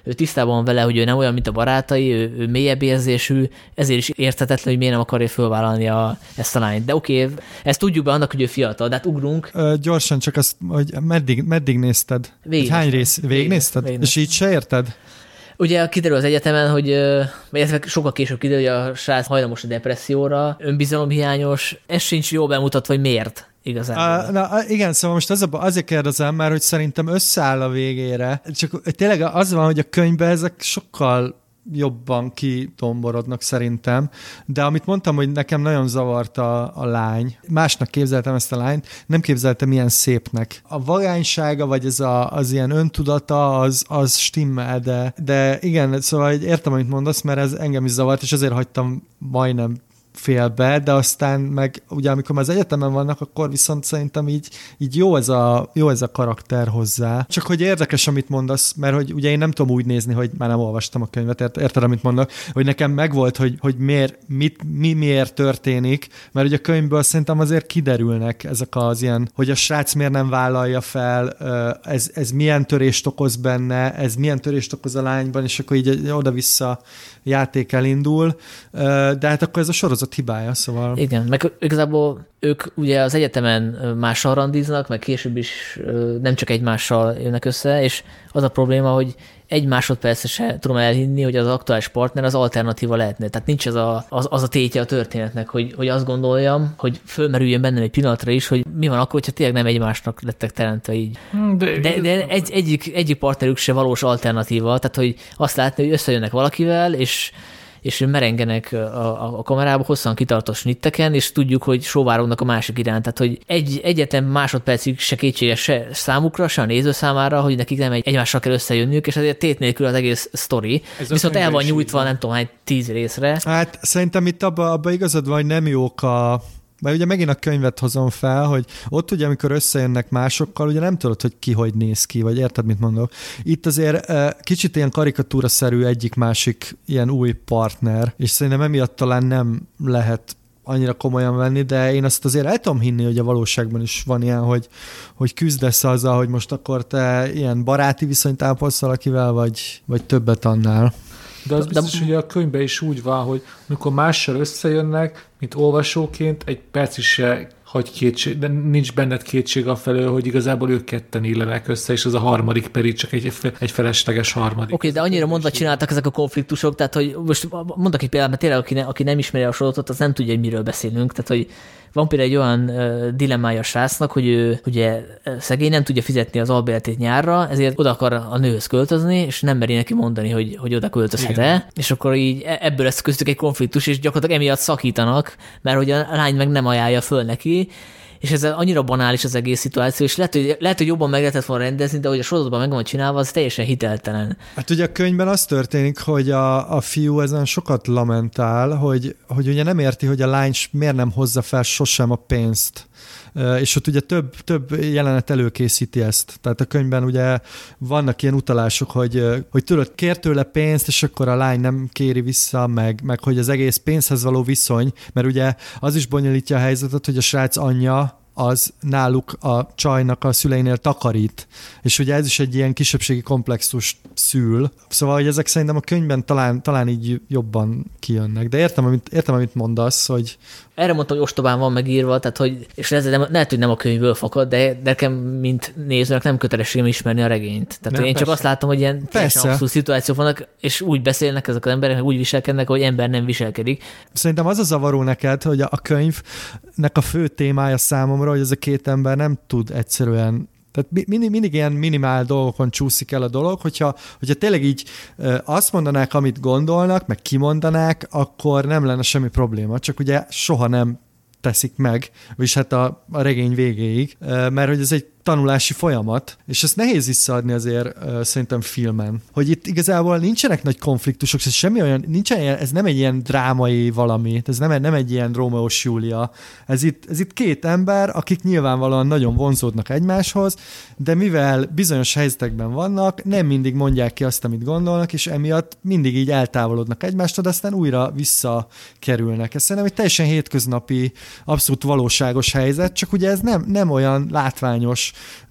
ő tisztában van vele, hogy ő nem olyan, mint a barátai, ő, ő mélyebb érzésű, ezért is érthetetlen, hogy miért nem akarja fölvállalni a, ezt a lányt. De oké, okay, ezt tudjuk be annak, hogy ő fiatal, de hát ugrunk. Ö, gyorsan csak azt, hogy meddig, meddig nézted? Végig. Hány rész? Végignézted? Végig. És így se érted? Ugye kiderül az egyetemen, hogy vagy sokkal később kiderül, hogy a srác hajlamos a depresszióra, önbizalomhiányos, ez sincs jól bemutatva, hogy miért igazából. Uh, na, igen, szóval most az, azért kérdezem, mert hogy szerintem összeáll a végére. Csak tényleg az van, hogy a könyvben ezek sokkal jobban kitomborodnak szerintem, de amit mondtam, hogy nekem nagyon zavart a, a lány, másnak képzeltem ezt a lányt, nem képzeltem ilyen szépnek. A vagánysága, vagy ez a, az ilyen öntudata, az, az stimmel, de, de igen, szóval értem, amit mondasz, mert ez engem is zavart, és azért hagytam majdnem félbe, de aztán meg ugye amikor már az egyetemen vannak, akkor viszont szerintem így, így jó, ez a, jó ez a karakter hozzá. Csak hogy érdekes, amit mondasz, mert hogy ugye én nem tudom úgy nézni, hogy már nem olvastam a könyvet, ért, érted, amit mondok, hogy nekem megvolt, hogy, hogy miért, mit, mi miért történik, mert ugye a könyvből szerintem azért kiderülnek ezek az ilyen, hogy a srác miért nem vállalja fel, ez, ez milyen törést okoz benne, ez milyen törést okoz a lányban, és akkor így oda-vissza játék elindul, de hát akkor ez a sorozat hibája, szóval... Igen, meg igazából ők ugye az egyetemen mással randiznak, meg később is nem csak egymással jönnek össze, és az a probléma, hogy egy másodpercre se tudom elhinni, hogy az aktuális partner az alternatíva lehetne. Tehát nincs az a, az, az a tétje a történetnek, hogy, hogy azt gondoljam, hogy fölmerüljön bennem egy pillanatra is, hogy mi van akkor, hogyha tényleg nem egymásnak lettek teremtve így. De, de, de egy, egyik, egyik partnerük se valós alternatíva, tehát hogy azt látni, hogy összejönnek valakivel, és és merengenek a, a kamerába hosszan kitartó snitteken, és tudjuk, hogy sóvárognak a másik iránt. Tehát, hogy egy, egyetlen másodpercig se kétséges se számukra, se a néző számára, hogy nekik nem egy, egymással kell összejönniük, és ezért tét nélkül az egész sztori. Ez viszont el van nyújtva, nem tudom, hány tíz részre. Hát szerintem itt abban abba igazad van, hogy nem jók a... Mert ugye megint a könyvet hozom fel, hogy ott ugye, amikor összejönnek másokkal, ugye nem tudod, hogy ki hogy néz ki, vagy érted, mit mondok. Itt azért kicsit ilyen karikatúraszerű egyik-másik ilyen új partner, és szerintem emiatt talán nem lehet annyira komolyan venni, de én azt azért el tudom hinni, hogy a valóságban is van ilyen, hogy, hogy küzdesz azzal, hogy most akkor te ilyen baráti viszonyt ápolsz valakivel, vagy, vagy többet annál. De az biztos, hogy a könyvben is úgy van, hogy amikor mással összejönnek, mint olvasóként, egy perc is se hagy kétség, de nincs benned kétség afelől, hogy igazából ők ketten illenek össze, és az a harmadik pedig csak egy, egy felesleges harmadik. Oké, okay, de annyira mondva csináltak ezek a konfliktusok, tehát hogy most mondok egy példát, mert tényleg aki, ne, aki nem ismeri a sorozatot, az nem tudja, hogy miről beszélünk, tehát hogy van például egy olyan uh, dilemmája a srácnak, hogy ő ugye szegény, nem tudja fizetni az albérletét nyárra, ezért oda akar a nőhöz költözni, és nem meri neki mondani, hogy, hogy oda költözhet-e, és akkor így ebből lesz köztük egy konfliktus, és gyakorlatilag emiatt szakítanak, mert hogy a lány meg nem ajánlja föl neki, és ez annyira banális az egész szituáció, és lehet, hogy, lehet, hogy jobban meg lehetett volna rendezni, de hogy a sorozatban meg van csinálva, az teljesen hiteltelen. Hát ugye a könyvben az történik, hogy a, a fiú ezen sokat lamentál, hogy, hogy ugye nem érti, hogy a lány miért nem hozza fel sosem a pénzt. És ott ugye több, több jelenet előkészíti ezt. Tehát a könyvben ugye vannak ilyen utalások, hogy, hogy tudod, kér tőle pénzt, és akkor a lány nem kéri vissza, meg, meg hogy az egész pénzhez való viszony, mert ugye az is bonyolítja a helyzetet, hogy a srác anyja az náluk a csajnak a szüleinél takarít. És ugye ez is egy ilyen kisebbségi komplexus szül. Szóval, hogy ezek szerintem a könyvben talán, talán így jobban kijönnek. De értem, amit, értem, amit mondasz, hogy... Erre mondtam, hogy ostobán van megírva, tehát hogy, és ez nem, lehet, hogy nem a könyvből fakad, de nekem, mint nézőnek nem kötelességem ismerni a regényt. Tehát nem, én persze. Csak azt látom, hogy ilyen teljesen abszolút szituációk vannak, és úgy beszélnek ezek az emberek, úgy viselkednek, hogy ember nem viselkedik. Szerintem az a zavaró neked, hogy a könyvnek a fő témája számomra, hogy ez a két ember nem tud egyszerűen. Tehát mindig, mindig ilyen minimál dolgokon csúszik el a dolog, hogyha, hogyha tényleg így azt mondanák, amit gondolnak, meg kimondanák, akkor nem lenne semmi probléma. Csak ugye soha nem teszik meg, vagyis hát a, a regény végéig, mert hogy ez egy tanulási folyamat, és ezt nehéz visszaadni azért uh, szerintem filmen. Hogy itt igazából nincsenek nagy konfliktusok, ez semmi olyan, nincsen ilyen, ez nem egy ilyen drámai valami, ez nem, nem egy ilyen Rómeós Júlia. Ez itt, ez itt két ember, akik nyilvánvalóan nagyon vonzódnak egymáshoz, de mivel bizonyos helyzetekben vannak, nem mindig mondják ki azt, amit gondolnak, és emiatt mindig így eltávolodnak egymástól, de aztán újra visszakerülnek. Ez szerintem egy teljesen hétköznapi, abszolút valóságos helyzet, csak ugye ez nem, nem olyan látványos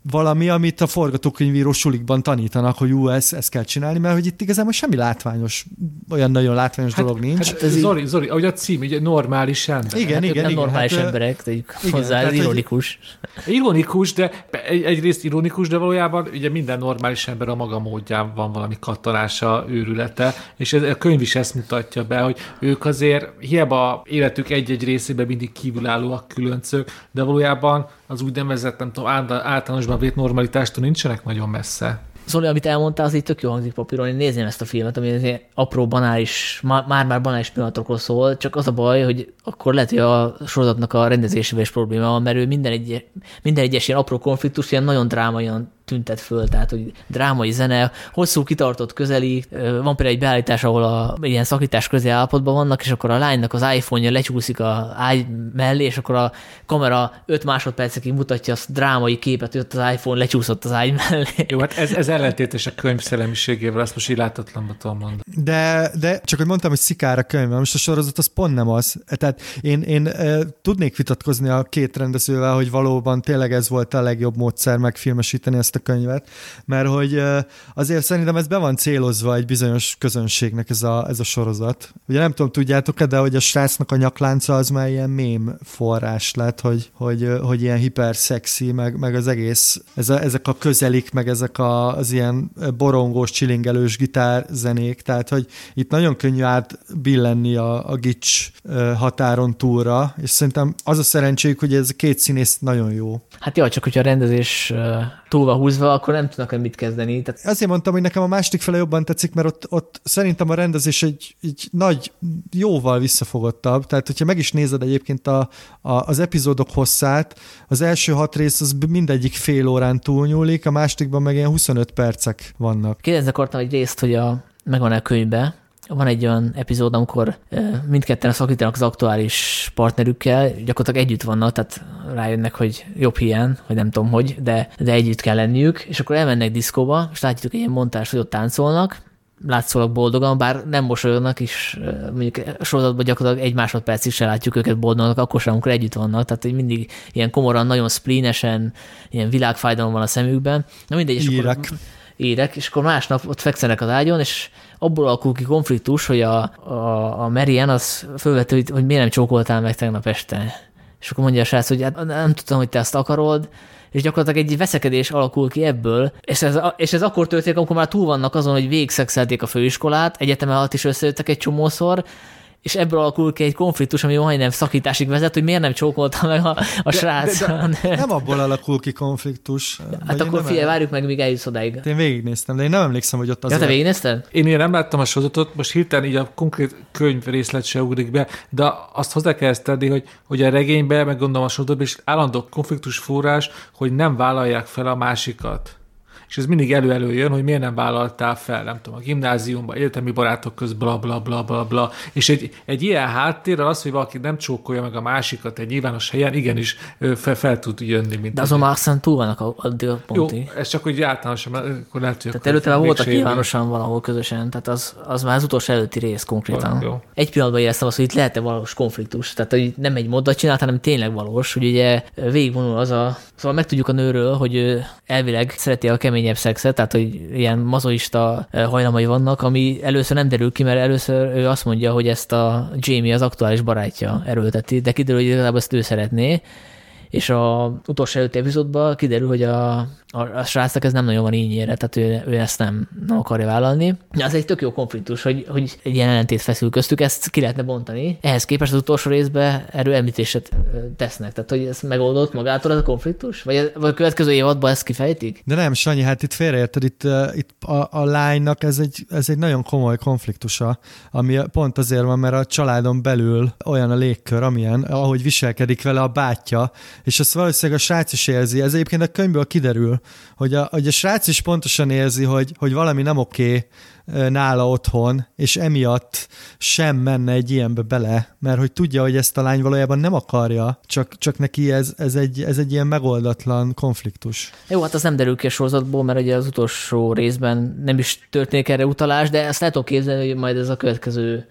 valami, amit a forgatókönyvíró sulikban tanítanak, hogy ú, ezt, ezt kell csinálni, mert hogy itt igazából semmi látványos, olyan nagyon látványos hát, dolog nincs. Hát, Zoli, így... Zoli, ahogy a cím, ugye normális ember. Igen, hát, igen, nem igen. normális hát, emberek, tegyük hozzá, ez ironikus. Hogy... Ironikus, de egy, egyrészt ironikus, de valójában ugye minden normális ember a maga módján van valami kattanása, őrülete, és ez, a könyv is ezt mutatja be, hogy ők azért hiába életük egy-egy részében mindig kívülállóak, különcök, de valójában az úgynevezett, nem tudom, általánosban vét normalitástól nincsenek nagyon messze. Zoli, amit elmondtál, az így tök jó hangzik papíron, én nézném ezt a filmet, ami azért apró, banális, már-már banális pillanatokról szól, csak az a baj, hogy akkor lehet, hogy a sorozatnak a rendezésével is probléma van, mert ő minden, egy, minden egyes ilyen apró konfliktus ilyen nagyon drámaian tüntet föl, tehát hogy drámai zene, hosszú kitartott közeli, van például egy beállítás, ahol a ilyen szakítás közé állapotban vannak, és akkor a lánynak az iPhone-ja lecsúszik a ágy mellé, és akkor a kamera öt másodpercekig mutatja azt drámai képet, hogy ott az iPhone lecsúszott az ágy mellé. Jó, hát ez, ez ellentétes a könyv szellemiségével, ezt most így láthatatlanban tudom mondani. De, de csak hogy mondtam, hogy szikár a könyv, most a sorozat az pont nem az. Tehát én, én e, tudnék vitatkozni a két rendezővel, hogy valóban tényleg ez volt a legjobb módszer megfilmesíteni ezt a könyvet, mert hogy azért szerintem ez be van célozva egy bizonyos közönségnek ez a, ez a sorozat. Ugye nem tudom, tudjátok-e, de hogy a srácnak a nyaklánca az már ilyen mém forrás lett, hogy, hogy, hogy ilyen hiperszexi, meg, meg az egész, ez a, ezek a közelik, meg ezek a, az ilyen borongós, csilingelős gitárzenék, tehát hogy itt nagyon könnyű átbillenni a, a gics határon túlra, és szerintem az a szerencséjük, hogy ez a két színész nagyon jó. Hát jó, csak hogyha a rendezés túl van húzva, akkor nem tudnak mit kezdeni. Tehát... Azért mondtam, hogy nekem a második fele jobban tetszik, mert ott, ott szerintem a rendezés egy, egy nagy, jóval visszafogottabb. Tehát, hogyha meg is nézed egyébként a, a, az epizódok hosszát, az első hat rész az mindegyik fél órán túlnyúlik, a másodikban meg ilyen huszonöt percek vannak. Kérdezni akartam egy részt, hogy a, megvan-e a könyvbe. Van egy olyan epizód, amikor mindketten szakítanak az aktuális partnerükkel, gyakorlatilag együtt vannak, tehát rájönnek, hogy jobb hiány, vagy nem tudom hogy, de, de együtt kell lenniük, és akkor elmennek diszkóba, és látjuk egy ilyen montást, hogy ott táncolnak, látszólag boldogan, bár nem mosolyognak is, mondjuk sorozatban gyakorlatilag egy másodpercig se látjuk őket boldognak, akkor sem, amikor együtt vannak, tehát hogy mindig ilyen komoran, nagyon spleenesen, ilyen világfájdalom van a szemükben. Na mindegy, és Írek. akkor érek, és akkor másnap ott fekszenek az ágyon, és abból alakul ki konfliktus, hogy a, a, a Marian az fölvette, hogy, hogy miért nem csókoltál meg tegnap este. És akkor mondja a srác, hogy hát nem tudtam, hogy te ezt akarod, és gyakorlatilag egy veszekedés alakul ki ebből, és ez, és ez akkor történik, amikor már túl vannak azon, hogy végigszexelték a főiskolát, egyetemen alatt is összejöttek egy csomószor, és ebből alakul ki egy konfliktus, ami majdnem szakításig vezet, hogy miért nem csókolta meg a, a de, srác. De, de, nem abból alakul ki konfliktus. Hát akkor figyelj, várjuk meg, míg eljutsz odáig. Én végignéztem, de én nem emlékszem, hogy ott azért... Ja, te végignézted? Én ilyen nem láttam a sorozatot, most hirtelen így a konkrét könyv részlet se ugrik be, de azt hozzá kell ezt tenni, hogy, hogy a regényben, meg gondolom a sorozatban is állandó konfliktus forrás, hogy nem vállalják fel a másikat. És ez mindig elő-elő jön, hogy miért nem vállaltál fel, nem tudom, a gimnáziumban, egyetemi barátok közt, bla, bla, bla, bla, bla. És egy, egy ilyen háttérrel az, hogy valaki nem csókolja meg a másikat egy nyilvános helyen, igenis fel, fel tud jönni. Mint de azon már aztán túl vannak addig a pontig. Jó, ez csak úgy általánosan, akkor lehet, hogy... Tehát előtte már voltak nyilvánosan valahol közösen, tehát az, az már az utolsó előtti rész konkrétan. Jó. Egy pillanatban éreztem azt, hogy itt lehet-e valós konfliktus, tehát hogy nem egy moddat csinált, hanem tényleg valós, hogy ugye végigvonul az a... Szóval megtudjuk a nőről, hogy elvileg szereti a kemény szexet, tehát hogy ilyen mazoista hajlamai vannak, ami először nem derül ki, mert először ő azt mondja, hogy ezt a Jamie az aktuális barátja erőlteti, de kiderül, hogy igazából ezt ő szeretné, és a utolsó előtti epizódban kiderül, hogy a, a, a srácnak ez nem nagyon van ínyére, tehát ő, ő ezt nem, nem akarja vállalni. Az egy tök jó konfliktus, hogy, hogy egy ilyen ellentét feszül köztük, ezt ki lehetne bontani. Ehhez képest az utolsó részben erről említéset tesznek, tehát hogy ez megoldott magától ez a konfliktus? Vagy, vagy a következő évadban ezt kifejtik? De nem, Sanyi, hát itt félreérted, itt, itt a, a lánynak ez egy, ez egy nagyon komoly konfliktusa, ami pont azért van, mert a családon belül olyan a légkör, amilyen, ahogy viselkedik vele a bátyja, és ezt valószínűleg a srác is érzi. Ez egyébként a könyvből kiderül, hogy a, hogy a srác is pontosan érzi, hogy, hogy valami nem oké nála otthon, és emiatt sem menne egy ilyenbe bele, mert hogy tudja, hogy ezt a lány valójában nem akarja, csak, csak neki ez, ez, egy, ez egy ilyen megoldatlan konfliktus. Jó, hát az nem derül ki a sorozatból, mert ugye az utolsó részben nem is történik erre utalás, de ezt lehet képzelni, hogy majd ez a következő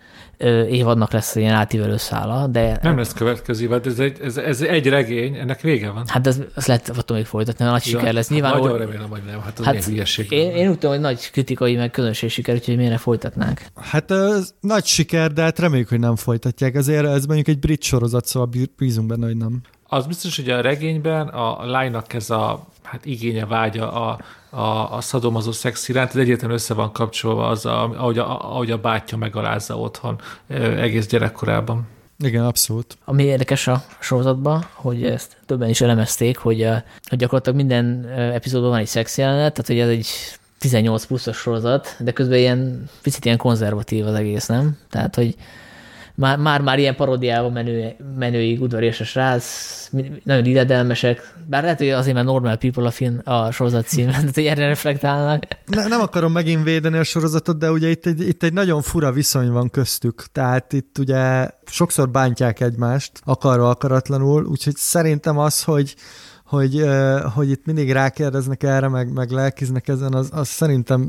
évadnak lesz ilyen átívelő szála, de... Nem lesz következő évad, ez egy, ez, ez egy regény, ennek vége van. Hát ez, ez lehet attól még folytatni, nagy ja, siker lesz. Nyilván, nagyon remélem, hogy nem. Hát az hát hülyeség. Én, én úgy tudom, hogy nagy kritikai, meg közönség siker, úgyhogy miért ne folytatnák. Hát ez nagy siker, de hát reméljük, hogy nem folytatják. Ezért ez mondjuk egy brit sorozat, szóval bízunk benne, hogy nem. Az biztos, hogy a regényben a lánynak ez a hát igénye, vágya a, a, a szadomazó szex iránt, ez egyértelműen össze van kapcsolva az, a, ahogy, a, ahogy a bátyja megalázza otthon egész gyerekkorában. Igen, abszolút. Ami érdekes a sorozatban, hogy ezt többen is elemezték, hogy, hogy gyakorlatilag minden epizódban van egy szex jelenet, tehát hogy ez egy tizennyolc pluszos sorozat, de közben ilyen picit ilyen konzervatív az egész, nem? Tehát, hogy Már, már, már ilyen paródiával menő, menőig udvarias srác, nagyon illedelmesek, bár lehet, hogy azért, mert Normal People a film, a sorozat cím, tehát hogy erre reflektálnak. Ne, nem akarom megint védeni a sorozatot, de ugye itt egy, itt egy nagyon fura viszony van köztük, tehát itt ugye sokszor bántják egymást, akarva akaratlanul, úgyhogy szerintem az, hogy Hogy, hogy itt mindig rákérdeznek erre, meg, meg lelkiznek ezen, az, az szerintem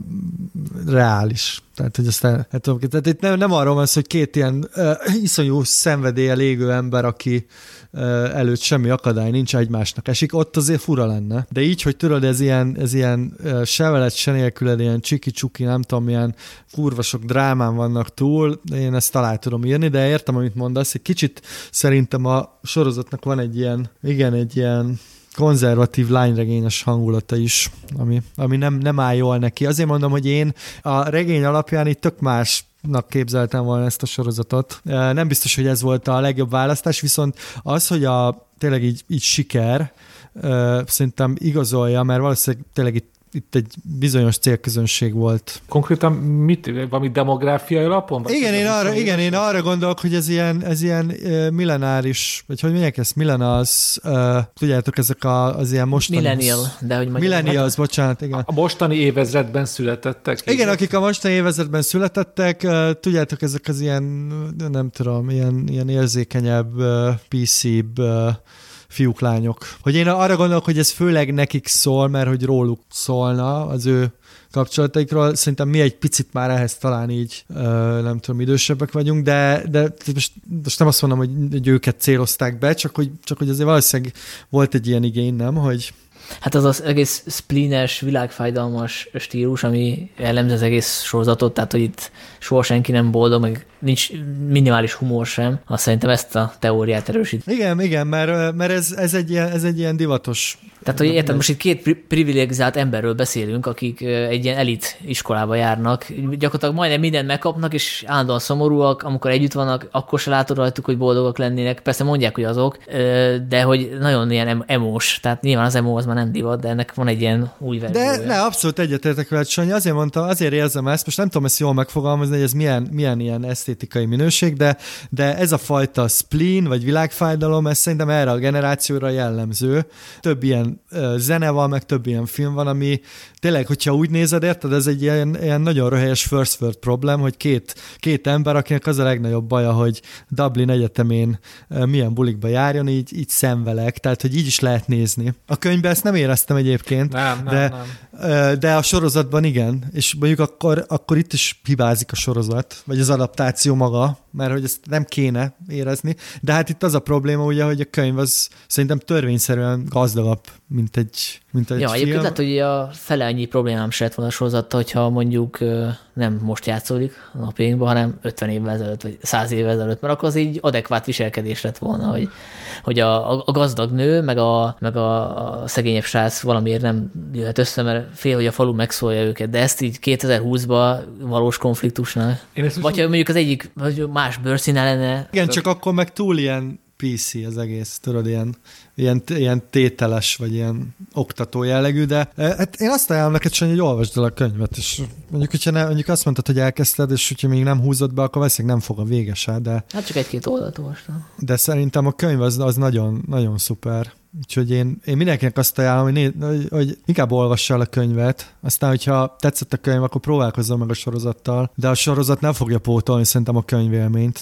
reális. Tehát, hogy aztán, hát, tehát itt nem, nem arról van szó, hogy két ilyen uh, iszonyú szenvedéllyel égő ember, aki uh, előtt semmi akadály nincs, egymásnak esik, ott azért fura lenne. De így, hogy tudod, ez ilyen, ez ilyen uh, se veled, se nélküled, ilyen csiki-csuki, nem tudom, milyen kurva sok drámán vannak túl, de én ezt talán tudom írni, de értem, amit mondasz, egy kicsit szerintem a sorozatnak van egy ilyen, igen, egy ilyen konzervatív lányregényes hangulata is, ami, ami nem, nem áll jól neki. Azért mondom, hogy én a regény alapján itt tök másnak képzeltem volna ezt a sorozatot. Nem biztos, hogy ez volt a legjobb választás, viszont az, hogy a tényleg így, így siker, szerintem igazolja, mert valószínűleg tényleg itt itt egy bizonyos célközönség volt. Konkrétan mit? Valami demográfiai alapon? Igen, én arra, igen, én arra gondolok, hogy ez ilyen, ez ilyen uh, millenáris, vagy hogy mondják ezt, millennials, uh, tudjátok, ezek a, az ilyen mostani... Millennial, de hogy mondjam. Millennials, bocsánat, igen. A mostani évezredben születettek. Igen, igen, akik a mostani évezredben születettek, uh, tudjátok, ezek az ilyen, nem tudom, ilyen, ilyen érzékenyebb, uh, pé cébb, uh, fiúk, lányok. Hogy én arra gondolok, hogy ez főleg nekik szól, mert hogy róluk szólna, az ő kapcsolataikról. Szerintem mi egy picit már ehhez talán így, nem tudom, idősebbek vagyunk, de, de most, most nem azt mondom, hogy, hogy őket célozták be, csak hogy, csak hogy azért valószínűleg volt egy ilyen igény, nem? Hogy hát az az egész spleenes, világfájdalmas stílus, ami jellemzi az egész sorozatot, tehát hogy itt soha senki nem boldog, meg nincs minimális humor sem, azt szerintem ezt a teóriát erősít. Igen, igen, mert, mert ez, ez, egy ilyen, ez egy ilyen divatos. Tehát, hogy érted, most itt két pri- privilegizált emberről beszélünk, akik egy ilyen elit iskolába járnak, gyakorlatilag majdnem mindent megkapnak, és állandóan szomorúak, amikor együtt vannak, akkor se látod rajtuk, hogy boldogak lennének. Persze mondják, hogy azok, de hogy nagyon ilyen emós, tehát nyilván az emo az már nem divat, de ennek van egy ilyen új verziója. De ne, abszolút egyetértek veled, Sanyi, azért mondtam, azért érzem ezt, most nem tudom ezt jól megfogalmazni, hogy ez milyen, milyen ilyen esztétikai minőség, de, de ez a fajta spleen, vagy világfájdalom, ez szerintem erre a generációra jellemző. Több ilyen zene van, meg több ilyen film van, ami tényleg, hogyha úgy nézed, érted, ez egy ilyen, ilyen nagyon röhelyes first world problem, hogy két, két ember, akinek az a legnagyobb baja, hogy Dublin egyetemén milyen bulikba járjon, így, így szenvelek, tehát, hogy így is lehet nézni. A könyvben ezt nem éreztem egyébként, nem, nem, de, nem. de a sorozatban igen, és mondjuk akkor, akkor itt is hibázik a sorozat, vagy az adaptáció maga, mert hogy ezt nem kéne érezni, de hát itt az a probléma ugye, hogy a könyv az szerintem törvényszerűen gazdagabb, mint egy, mint egy ja, film. egyébként lehet, hogy a fele annyi problémám se lett volna a sorozattal, hogyha mondjuk nem most játszódik a napjainkban, hanem ötven évvel ezelőtt, vagy száz évvel ezelőtt, mert akkor az így adekvát viselkedés lett volna, hogy, hogy a, a gazdag nő, meg a, meg a, a szegényebb srác valamiért nem jöhet össze, mert fél, hogy a falu megszólja őket, de ezt így kétezer-húszban valós konfliktusnál. Vagy ha mondjuk az egyik vagy más bőrszíne lenne. Igen, csak akkor meg túl ilyen pé cé az egész, tudod, ilyen, ilyen, ilyen tételes, vagy ilyen oktató jellegű, de hát én azt ajánlom neked, Sanyi, hogy olvasd el a könyvet, és mondjuk, hogyha ne, mondjuk azt mondtad, hogy elkezdted, és hogyha még nem húzott be, akkor valószínűleg nem fog a vége se, de... Hát csak egy-két oldalt olvastam. De szerintem a könyv az, az nagyon, nagyon szuper. Úgyhogy én, én mindenkinek azt ajánlom, hogy, né, hogy, hogy inkább olvassa el a könyvet, aztán, hogyha tetszett a könyv, akkor próbálkozzon meg a sorozattal, de a sorozat nem fogja pótolni szerintem a könyvélményt.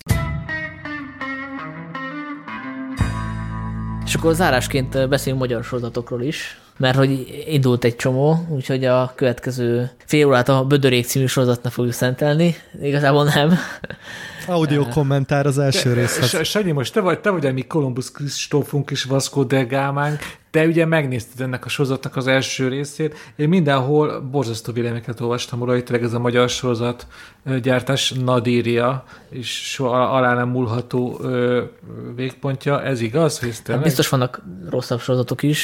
És akkor zárásként beszélünk magyar sorozatokról is, mert hogy indult egy csomó, úgyhogy a következő fél órát a Bödörék című sorozatnak fogjuk szentelni. Igazából nem. Audio kommentár az első részhez. Sanyi, most te vagy, te vagy a mi Columbus Kristófunk és Vasco da Gamánk, te ugye megnézted ennek a sorozatnak az első részét. Én mindenhol borzasztó véleményeket olvastam róla, hogy tényleg ez a magyar sorozat gyártás nadíria, és soha alá nem múlható ö, végpontja. Ez igaz? Hogy ez hát biztos vannak rosszabb sorozatok is.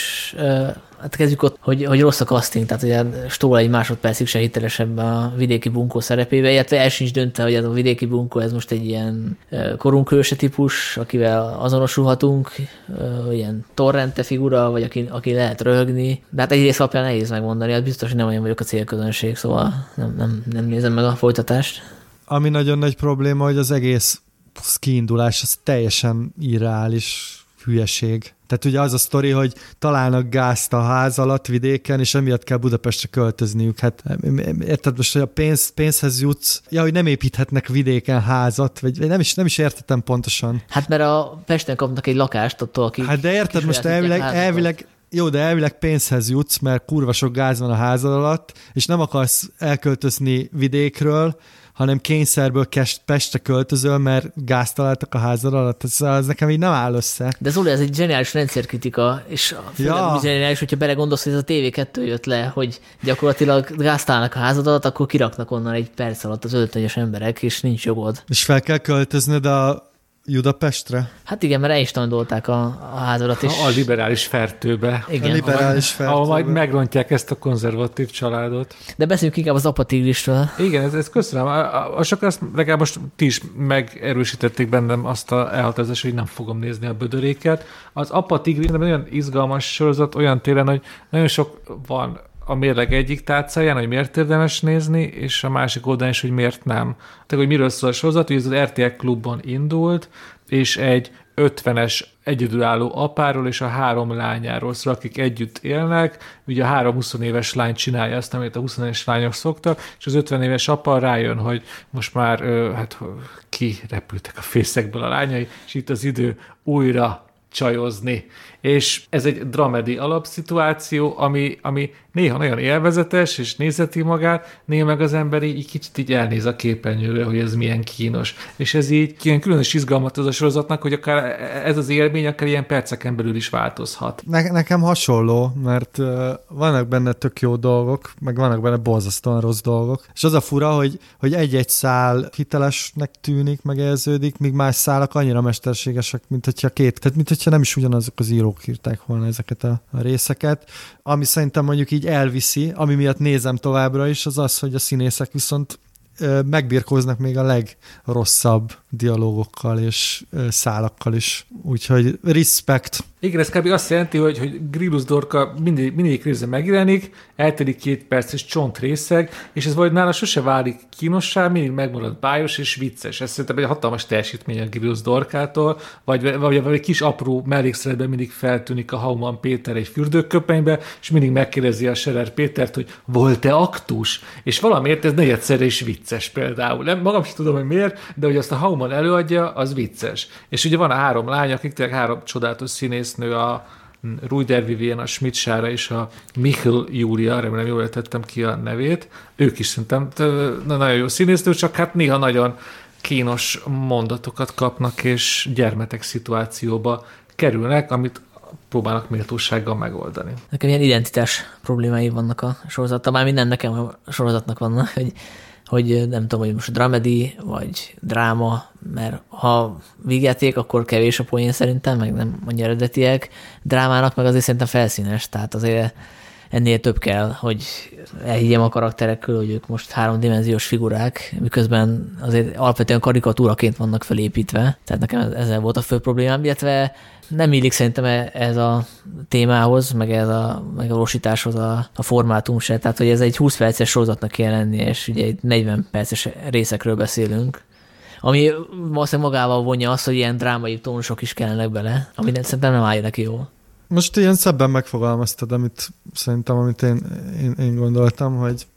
Hát kezdjük ott, hogy, hogy rossz a casting, tehát ugye Stóla egy másodpercig se hitelesebb a vidéki bunkó szerepébe, illetve el sincs döntve, hogy ez a vidéki bunkó ez most egy ilyen korunkőse típus, akivel azonosulhatunk, ilyen torrente figura, vagy aki, aki lehet röhögni. De hát egyrészt alapján nehéz megmondani, hát biztos, hogy nem olyan vagyok a célközönség, szóval nem, nem, nem nézem meg a folytatást. Ami nagyon nagy probléma, hogy az egész kiindulás az teljesen irreális hülyeség. Tehát ugye az a sztori, hogy találnak gázt a ház alatt vidéken, és emiatt kell Budapestre költözniük. Hát érted most, hogy a pénz, pénzhez jutsz, ja, hogy nem építhetnek vidéken házat, vagy nem is, nem is értettem pontosan. Hát mert a Pesten kapnak egy lakást attól, akik... Hát de érted most elvileg, elvileg, jó, de elvileg pénzhez jutsz, mert kurva sok gáz van a házad alatt, és nem akarsz elköltözni vidékről, hanem kényszerből Pestre költözöl, mert gázt találtak a házad alatt. Ez, ez nekem így nem áll össze. De Zoli, ez egy zseniális rendszerkritika, és főleg ja. zseniális, hogyha belegondolsz, hogy ez a té vé kettő jött le, hogy gyakorlatilag gázt találnak a házad alatt, akkor kiraknak onnan egy perc alatt az öltönyös emberek, és nincs jogod. És fel kell költöznöd a Budapestre? Hát igen, mert el is tanulták a, a házadat is. A liberális fertőbe. Igen. A liberális fertőbe. Ahol majd megrontják ezt a konzervatív családot. De beszéljünk inkább az apatigrisről. Igen, ez, ez köszönöm. A, a, csak azt legalább most ti is megerősítették bennem azt a elhatározást, hogy nem fogom nézni a bödöréket. Az apatigris olyan izgalmas sorozat olyan téren, hogy nagyon sok van a mérleg egyik tárcáján, hogy miért érdemes nézni, és a másik oldalán is, hogy miért nem. Tehát, hogy miről szól a sorozat, hogy ez az er té el Klubban indult, és egy ötvenes egyedülálló apáról és a három lányáról szól, akik együtt élnek. Ugye a három húsz éves lány csinálja azt, amit a húsz éves lányok szoktak, és az ötven éves apa rájön, hogy most már hát, kirepültek a fészekből a lányai, és itt az idő újra csajozni. És ez egy dramedi alapszituáció, ami, ami néha nagyon élvezetes, és nézeti magát, néha meg az ember így kicsit így elnéz a képernyőre, hogy ez milyen kínos. És ez így ilyen különös izgalmat az a sorozatnak, hogy akár ez az élmény akár ilyen perceken belül is változhat. Ne- nekem hasonló, mert uh, vannak benne tök jó dolgok, meg vannak benne borzasztóan rossz dolgok. És az a fura, hogy, hogy egy-egy szál hitelesnek tűnik, megérződik, míg más szálak annyira mesterségesek, mint hogyha két, tehát mint hogyha nem is ugyanazok az írók írták volna ezeket a, a részeket. Ami szerintem mondjuk így elviszi, ami miatt nézem továbbra is, az az, hogy a színészek viszont ö, megbirkóznak még a legrosszabb dialógokkal és ö, szálakkal is. Úgyhogy respect. Igen, ez kb. Azt jelenti, hogy, hogy Grillus Dorka mindig, mindig részben megjelenik, eltelik két perc és csontrészeg, és ez vagy nála sose válik kínossá, mindig megmarad bájos és vicces. Ez szerintem egy hatalmas teljesítmény a Grillus Dorkától, vagy, vagy, vagy egy kis apró mellékszeretben mindig feltűnik a Hauman Péter egy fürdőköpenybe, és mindig megkérdezi a Scherer Pétert, hogy volt-e aktus? És valamiért ez negyedszerre is vicces például. Nem, magam sem tudom, hogy miért, de hogy azt a Hauman előadja, az vicces. És ugye van a három lány, akik tényleg három csodálatos színésznő, a Ruider Vivien, a Schmidt Sára és a Michel Júlia, remélem jól értettem ki a nevét. Ők is szerintem nagyon jó színésznő, csak hát néha nagyon kínos mondatokat kapnak, és gyermetek szituációba kerülnek, amit próbálnak méltósággal megoldani. Nekem ilyen identitás problémái vannak a sorozattal, már minden nekem a sorozatnak vannak, hogy hogy nem tudom, hogy most dramedi, vagy dráma, mert ha vígjáték, akkor kevés a poén szerintem, meg nem annyira eredetiek. Drámának meg azért szerintem felszínes, tehát azért ennél több kell, hogy elhiggyem a karakterekről, hogy ők most háromdimenziós figurák, miközben azért alapvetően karikatúraként vannak felépítve, tehát nekem ezzel volt a fő problémám, illetve nem illik szerintem ez a témához, meg ez a megvalósításhoz a, a formátum se, tehát hogy ez egy húsz perces sorozatnak kell lennie, és ugye egy negyven perces részekről beszélünk, ami valószínűleg magával vonja azt, hogy ilyen drámai tónusok is kellenek bele, ami szerintem nem állja neki jól. Most ilyen szebben megfogalmaztad, amit szerintem, amit én, én, én gondoltam, hogy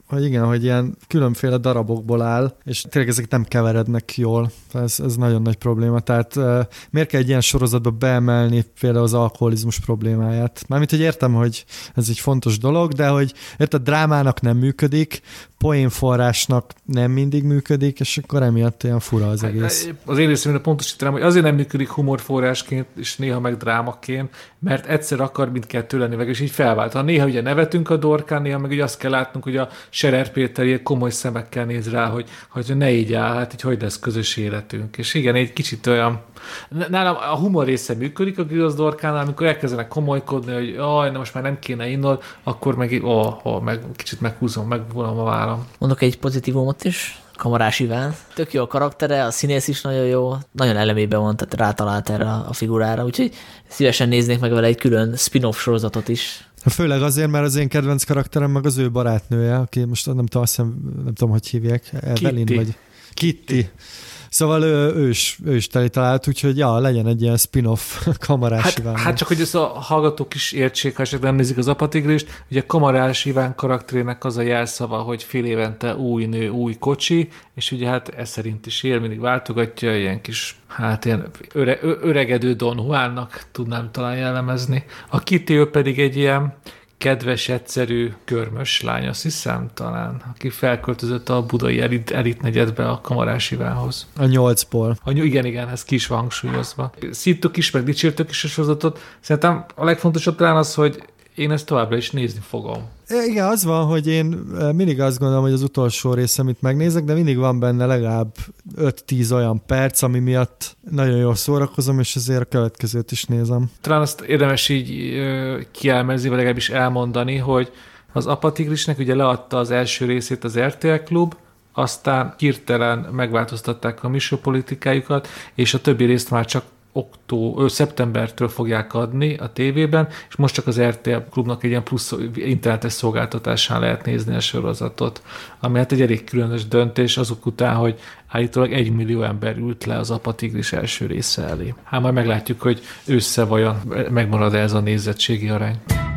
hogy igen, hogy ilyen különféle darabokból áll, és tényleg ezek nem keverednek jól. Ez, ez nagyon nagy probléma. Tehát uh, miért kell egy ilyen sorozatba beemelni például az alkoholizmus problémáját? Mármint, hogy értem, hogy ez egy fontos dolog, de hogy érted, drámának nem működik, poénforrásnak nem mindig működik, és akkor emiatt ilyen fura az egész. Az én részemben pontosítanám, hogy azért nem működik humorforrásként, és néha meg drámaként, mert egyszer akar mindkettő lenni meg, és így felvált. Ha néha ugye nevetünk a dorkán, néha meg ugye azt kell látnunk, hogy a Scherer Péter ilyen komoly szemekkel néz rá, hogy, hogy ne így áll, hát így hogy lesz közös életünk. És igen, egy kicsit olyan, nálam a humor része működik a Grigosz Dorkánál, amikor elkezdenek komolykodni, hogy jaj, na most már nem kéne innod, akkor meg, ó, ó, meg kicsit meghúzom, megvonom a vállam. Mondok egy pozitívumot is, Kamarás Iván. Tök jó a karaktere, a színész is nagyon jó, nagyon elemében van, tehát rátalált erre a figurára, úgyhogy szívesen néznék meg vele egy külön spin-off sorozatot is. Főleg azért, mert az én kedvenc karakterem meg az ő barátnője, aki most nem tudom, azt hiszem, nem tudom, hogy hívják, Evelyn vagy Kitty. Szóval ő, ő, is, ő is teli talált, úgyhogy ja, legyen egy ilyen spin-off Kamarás hát, Iván. Hát csak, hogy ezt a hallgatók is értsék, ha esetleg nem nézik az Apatigrist, ugye Kamarás Iván karakterének az a jelszava, hogy fél évente új nő, új kocsi, és ugye hát ez szerint is él, mindig váltogatja, ilyen kis, hát ilyen öre, öregedő Don Juannak tudnám talán jellemezni. A Kitty ő pedig egy ilyen kedves, egyszerű, körmös lány, azt hiszem talán, aki felköltözött a budai elit, elit negyedbe a Kamarás Ivánhoz. A nyolcból. A, igen, igen, ez ki is van hangsúlyozva. Szívtuk is, meg dicsértük is a sorozatot. Szerintem a legfontosabb talán az, hogy én ezt továbbra is nézni fogom. Igen, az van, hogy én mindig azt gondolom, hogy az utolsó rész, amit megnézek, de mindig van benne legalább öt-tíz olyan perc, ami miatt nagyon jól szórakozom, és ezért a következőt is nézem. Talán azt érdemes így kiemelni, vagy legalábbis elmondani, hogy az Apatigrisnek ugye leadta az első részét az er té el Klub, aztán hirtelen megváltoztatták a műsorpolitikájukat, és a többi részt már csak októ, szeptembertől fogják adni a tévében, és most csak az er té el Klubnak egy ilyen plusz internetes szolgáltatásán lehet nézni a sorozatot, ami hát egy elég különös döntés azok után, hogy állítólag egy millió ember ült le az Apatigris első része elé. Hát majd meglátjuk, hogy ősszel vajon megmarad ez a nézettségi arány.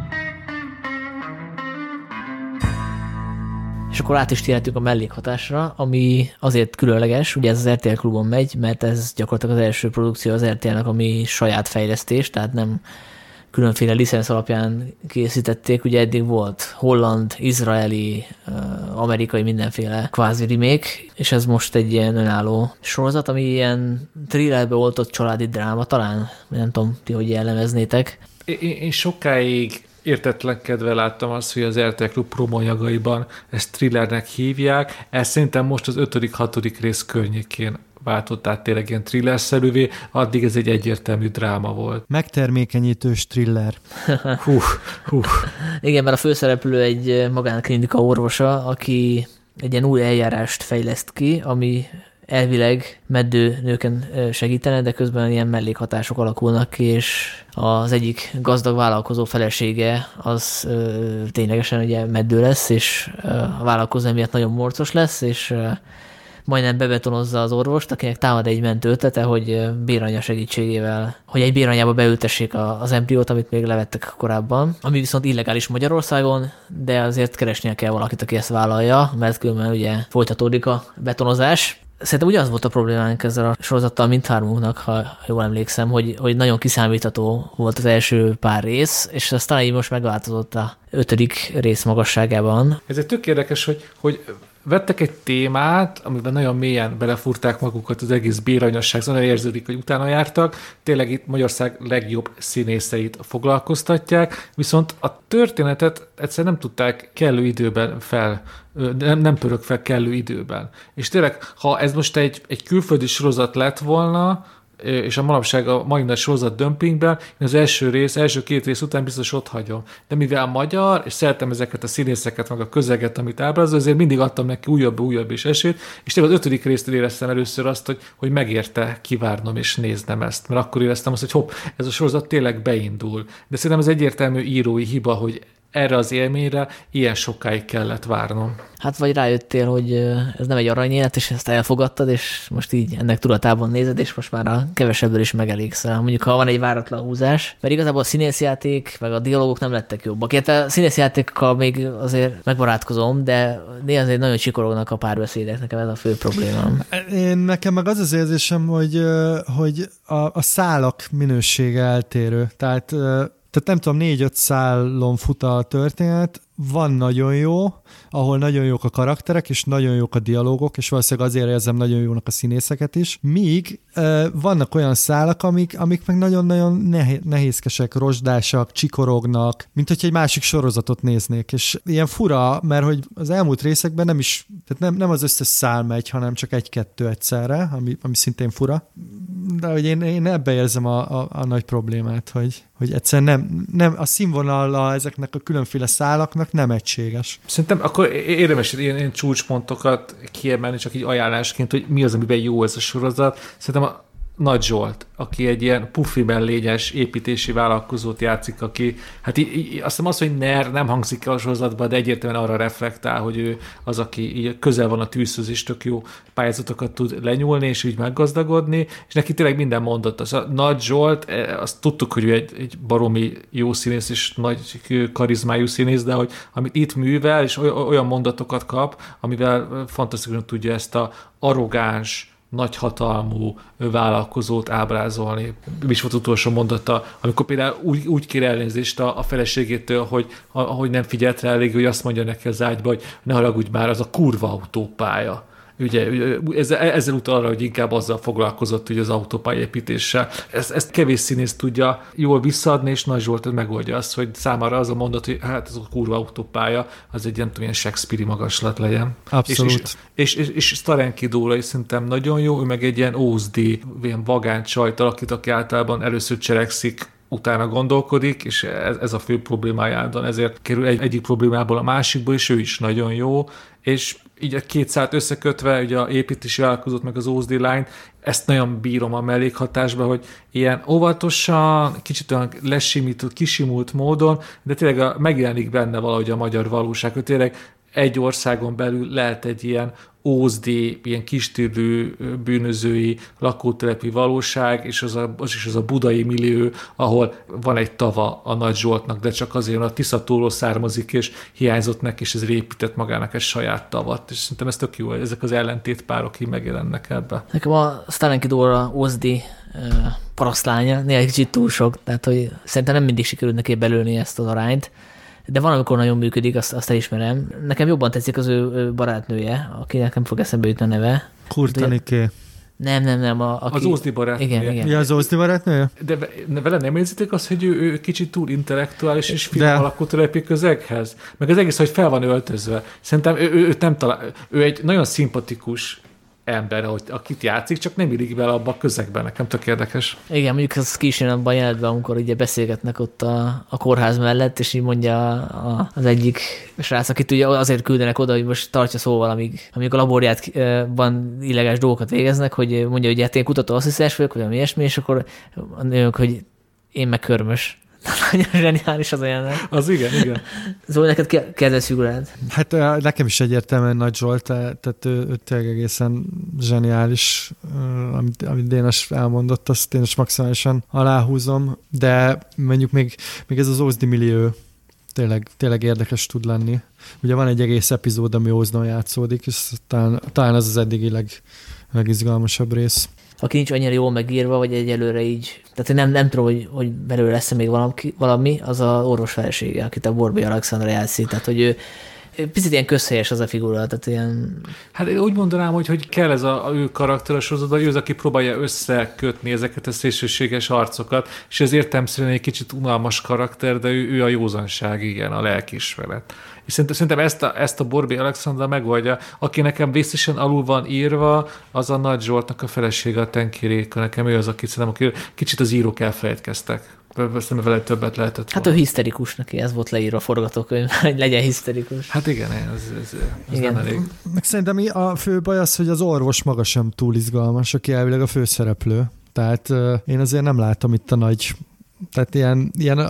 És akkor át is térhetünk a mellékhatásra, ami azért különleges, ugye ez az er té el Klubon megy, mert ez gyakorlatilag az első produkció az er té el-nek, ami saját fejlesztés, tehát nem különféle licensz alapján készítették, ugye eddig volt holland, izraeli, amerikai mindenféle kvázi remake, és ez most egy ilyen önálló sorozat, ami ilyen thrillerbe oltott családi dráma, talán nem tudom, ti hogy jellemeznétek. Én, én sokáig értetlenkedve láttam azt, hogy az er té el Klub promóanyagaiban ezt thrillernek hívják. Ez szerintem most az ötödik, hatodik rész környékén váltott át tényleg ilyen thrillerszerűvé, addig ez egy egyértelmű dráma volt. Megtermékenyítős thriller. Hú, hú. Igen, mert a főszereplő egy magánklinika orvosa, aki egy ilyen új eljárást fejleszt ki, ami elvileg meddő nőken segítene, de közben ilyen mellékhatások alakulnak ki, és az egyik gazdag vállalkozó felesége az ö, ténylegesen ugye meddő lesz, és ö, a vállalkozó miatt nagyon morcos lesz, és ö, majdnem bebetonozza az orvost, akinek támad egy mentő ötlete, hogy béranya segítségével, hogy egy béranyába beültessék az embriót, amit még levettek korábban, ami viszont illegális Magyarországon, de azért keresnie kell valakit, aki ezt vállalja, mert különben ugye folytatódik a betonozás. Szerintem ugyanaz volt a problémánk ezzel a sorozattal mindhármunknak, ha jól emlékszem, hogy, hogy nagyon kiszámítható volt az első pár rész, és aztán így most megváltozott a ötödik rész magasságában. Ez egy tök érdekes, hogy, hogy vettek egy témát, amiben nagyon mélyen belefúrták magukat az egész béranyasság, szóval érződik, hogy utána jártak. Tényleg itt Magyarország legjobb színészeit foglalkoztatják, viszont a történetet egyszer nem tudták kellő időben fel, nem, nem pörög fel kellő időben. És tényleg, ha ez most egy, egy külföldi sorozat lett volna, és a manapság a mai nagy sorozat dömpingben, én az első rész, első két rész után biztos ott hagyom. De mivel magyar, és szeretem ezeket a színészeket, meg a közeget, amit ábrázol, ezért mindig adtam neki újabb, újabb is esélyt, és tényleg az ötödik résztől éreztem először azt, hogy, hogy megérte kivárnom és néznem ezt. Mert akkor éreztem azt, hogy hopp, ez a sorozat tényleg beindul. De szerintem ez egyértelmű írói hiba, hogy erre az élményre ilyen sokáig kellett várnom. Hát vagy rájöttél, hogy ez nem egy aranyélet, és ezt elfogadtad, és most így ennek tudatában nézed, és most már a kevesebből is megelégsz. Mondjuk, ha van egy váratlan húzás, mert igazából a színészjáték, meg a dialógok nem lettek jobbak. Illetve a színészjátékkal még azért megbarátkozom, de néha azért nagyon csikorognak a párbeszédek, nekem ez a fő problémám. Én nekem meg az az érzésem, hogy, hogy a, a szálak minősége eltérő. Tehát, tehát nem tudom, négy-öt szálon fut a történet, van nagyon jó, ahol nagyon jók a karakterek, és nagyon jók a dialógok, és valószínűleg azért érzem nagyon jónak a színészeket is. Míg uh, vannak olyan szálak, amik, amik meg nagyon-nagyon nehézkesek, rozsdásak, csikorognak, mint hogy egy másik sorozatot néznék. És ilyen fura, mert hogy az elmúlt részekben nem is, tehát nem, nem az összes szál megy, hanem csak egy-kettő egyszerre, ami, ami szintén fura. De hogy én, én ebbe érzem a, a, a nagy problémát, hogy, hogy egyszerűen nem, nem a színvonala ezeknek a különféle szálaknak nem egységes. Szerintem akkor érdemes ilyen, ilyen csúcspontokat kiemelni, csak így ajánlásként, hogy mi az, amiben jó ez a sorozat. Szerintem a Nagy Zsolt, aki egy ilyen pufiben lényes építési vállalkozót játszik, aki, hát í- í- azt hiszem az, hogy ner nem hangzik el a sorozatban, de egyértelműen arra reflektál, hogy ő az, aki így közel van a tűzhöz, és tök jó pályázatokat tud lenyúlni, és így meggazdagodni, és neki tényleg minden mondott. Az a Nagy Zsolt, azt tudtuk, hogy ő egy, egy baromi jó színész, és nagy karizmájú színész, de hogy amit itt művel, és olyan mondatokat kap, amivel fantasztikusan tudja ezt a arrogáns, nagyhatalmú vállalkozót ábrázolni. Mi is volt utolsó mondata, amikor például úgy, úgy kér elnézést a, a feleségétől, hogy ahogy nem figyelt rá elég, hogy azt mondja neki az ágyba, hogy ne haragudj már, az a kurva autópálya. Ugye, ezzel, ezzel utal arra, hogy inkább azzal foglalkozott, hogy az autópálya építéssel. Ezt, ezt kevés színész tudja jól visszaadni, és Nagy Zsolt megoldja azt, hogy számára az a mondat, hogy hát ez a kurva autópálya, az egy ilyen, ilyen Shakespeare-i magaslat legyen. Abszolút. És, és, és, és Starenki Dóra is szerintem nagyon jó, ő meg egy ilyen ó es dé, ilyen vagány csajt alakít, aki általában először cselekszik, utána gondolkodik, és ez, ez a fő problémájában, ezért kerül egy, egyik problémából a másikból, és ő is nagyon jó, és így a két szállat összekötve, ugye a építési vállalkozót meg az ó es dé lányt, ezt nagyon bírom a mellékhatásba, hogy ilyen óvatosan, kicsit olyan lesimított, kisimult módon, de tényleg a, megjelenik benne valahogy a magyar valóság, hogy tényleg egy országon belül lehet egy ilyen ó es dé, ilyen kistílű bűnözői lakótelepi valóság, és az, a, az is az a budai millió, ahol van egy tava a Nagy Zsoltnak, de csak azért a Tiszatóról származik, és hiányzott neki, és ez épített magának egy saját tavat. És szerintem ez tök jó, ezek az ellentétpárok így megjelennek ebbe. Nekem a Starenki Dóra ó es dé parasztlánya néha kicsit túl sok, tehát hogy szerintem nem mindig sikerült neki belőni ezt az arányt, de van, amikor nagyon működik, azt, azt elismerem. Nekem jobban tetszik az ő barátnője, akinek nem fog eszembe jutni a neve. Kurtaniké. Nem, nem, nem. A, aki... Az ó es dé barátnője. Igen, igen. Ja, az ó es dé barátnője? De vele nem érzitek azt, hogy ő, ő kicsit túl intellektuális és film lakótelepi közeghez? Meg az egész, hogy fel van öltözve. Szerintem ő, ő, őt nem talál... Ő egy nagyon szimpatikus ember, ahogy, akit játszik, csak nem illik bele abba a közegben. Nekem tök érdekes. Igen, mondjuk az kísérem abban jelentve, amikor ugye beszélgetnek ott a, a kórház mellett, és így mondja a, az egyik srác, akit ugye azért küldenek oda, hogy most tartja szóval, amíg, amíg a laborjátban illegális dolgokat végeznek, hogy mondja, hogy hát én kutatóasszisztens vagyok, vagy valami ilyesmi, és akkor a nők, hogy én meg körmös. Nagyon zseniális az olyan. Az igen, igen. Szóval neked kedves figurád? Hát nekem is egyértelműen Nagy Zsolt, tehát ő, ő tényleg egészen zseniális, amit, amit Dénes elmondott, azt én is maximálisan aláhúzom, de mondjuk még, még ez az ó es dé millió tényleg, tényleg érdekes tud lenni. Ugye van egy egész epizód, ami Ózdon játszódik, és talán, talán az az eddigi leg, legizgalmasabb rész. Aki nincs annyira jól megírva, vagy egyelőre így, tehát én nem, nem tudom, hogy, hogy belőle lesz még valami, valami, az a orvos felesége, akit a Borbély Alexandra játszik, tehát hogy ő picit ilyen közhelyes az a figura, tehát ilyen... Hát én úgy mondanám, hogy, hogy kell ez a, a ő karakter a sorozatban, ő az, aki próbálja összekötni ezeket a szélsőséges arcokat, és ez értelemszerűen egy kicsit unalmas karakter, de ő, ő a józanság, igen, a lelkiismeret. És szerintem, szerintem ezt a, ezt a Borbély Alexandra megoldja. Aki nekem vészesen alul van írva, az a Nagy Zsoltnak a felesége, a Tenki Réka. Nekem ő az, aki szerintem, aki kicsit az írók elfelejtkeztek. Szerintem vele többet lehetett Hát volna. ő hiszterikus neki, ez volt leírva a forgatókönyv, hogy legyen hiszterikus. Hát igen, ez, ez, ez igen. nem elég. Meg szerintem a fő baj az, hogy az orvos maga sem túl izgalmas, aki elvileg a főszereplő. Tehát uh, én azért nem látom itt a nagy Tehát ilyen, ilyen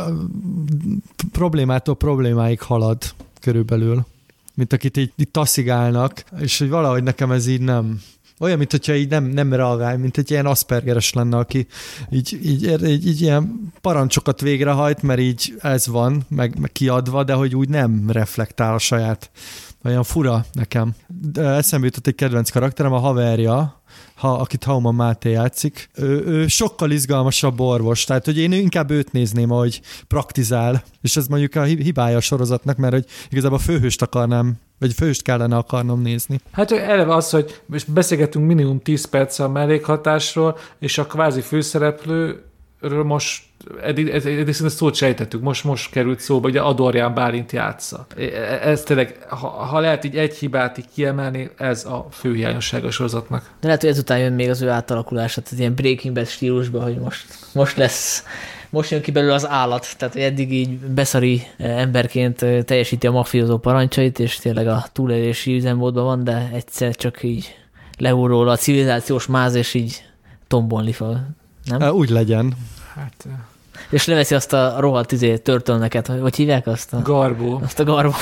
problémától problémáig halad körülbelül, mint akit így, így taszigálnak, és hogy valahogy nekem ez így nem... Olyan, mint hogyha így nem, nem reagál, mint egy ilyen Aspergeres lenne, aki így, így, így, így ilyen parancsokat végrehajt, mert így ez van, meg, meg kiadva, de hogy úgy nem reflektál a saját. Olyan fura nekem. De eszembe jutott egy kedvenc karakterem, a haverja, ha, akit Hauman Máté játszik. Ő, ő sokkal izgalmasabb orvos, tehát hogy én inkább őt nézném, ahogy praktizál, és ez mondjuk a hibája a sorozatnak, mert hogy igazából a főhőst akarnám, vagy főhőst kellene akarnom nézni. Hát eleve az, hogy most beszélgetünk minimum tíz perc a mellékhatásról, és a kvázi főszereplőről most eddig, eddig szinte szót sejtettük, most, most került szóba, ugye Adorján Bálint játsza. Ez tényleg, ha, ha lehet így egy hibát így kiemelni, ez a fő hiányossága a sorozatnak. De lehet, hogy ezután jön még az ő átalakulása, tehát ilyen Breaking Bad stílusban, hogy most, most lesz, most jön ki belőle az állat, tehát hogy eddig így beszari emberként teljesíti a mafiózó parancsait, és tényleg a túlélési üzemmódban van, de egyszer csak így leúr róla a civilizációs máz, és így tombolni fel. Nem? Úgy legyen. Hát... És leveszi azt a rohadt izé, törtölneket, hogy hívják azt a... Garbó. Azt a garbó,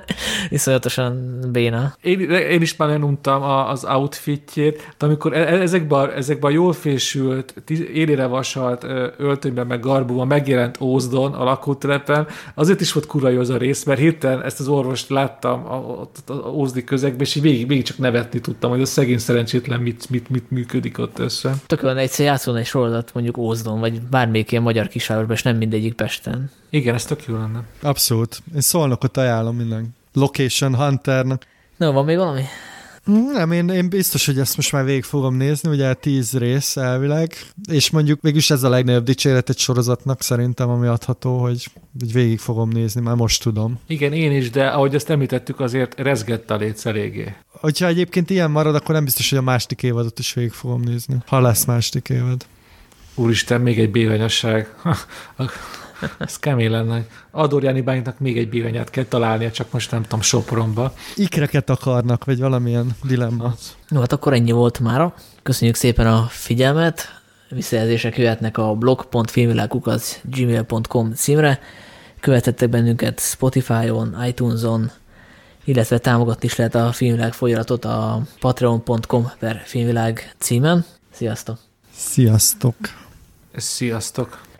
iszonyatosan béna. Én, én is már nagyon untam az outfitjét, de amikor ezekben, ezekben a jól fésült, élére vasalt öltönyben meg garbóban megjelent Ózdon a lakótelepen, azért is volt kurva jó az a rész, mert hirtelen ezt az orvost láttam az ózdi közegben, és így végig, végig csak nevetni tudtam, hogy a szegény szerencsétlen mit, mit, mit működik ott össze. Tök olyan egyszer játszolna egy sorozat mondjuk Ózdon, vagy bármelyik ilyen magyar kisvárosban, és nem mindegyik Pesten. Igen, ez tök jó lenne. Abszolút. Én Szolnokot ajánlom minden Location Hunternek. Na, van még valami? Nem, én, én biztos, hogy ezt most már végig fogom nézni, ugye tíz rész elvileg, és mondjuk mégis ez a legnagyobb dicséret egy sorozatnak szerintem, ami adható, hogy, hogy végig fogom nézni, már most tudom. Igen, én is, de ahogy ezt említettük, azért rezgett a léc eléggé. Hogyha egyébként ilyen marad, akkor nem biztos, hogy a második évadot is végig fogom nézni, ha lesz második évad. Úristen, még egy bévanyasság. Ez kemény lenne. Adorjáni Bálintnak még egy bíványát kell találnia, csak most nem tudom, Sopronba. Ikreket akarnak, vagy valamilyen dilemma. No, hát akkor ennyi volt mára. Köszönjük szépen a figyelmet. Visszajelzések jöhetnek a blog pont filmvilág kukac gmail pont com címre. Követhettek bennünket Spotify-on, iTunes-on, illetve támogatni is lehet a Filmvilág folyamatot a patreon pont com per filmvilág címen. Sziasztok! Sziasztok! Sziasztok!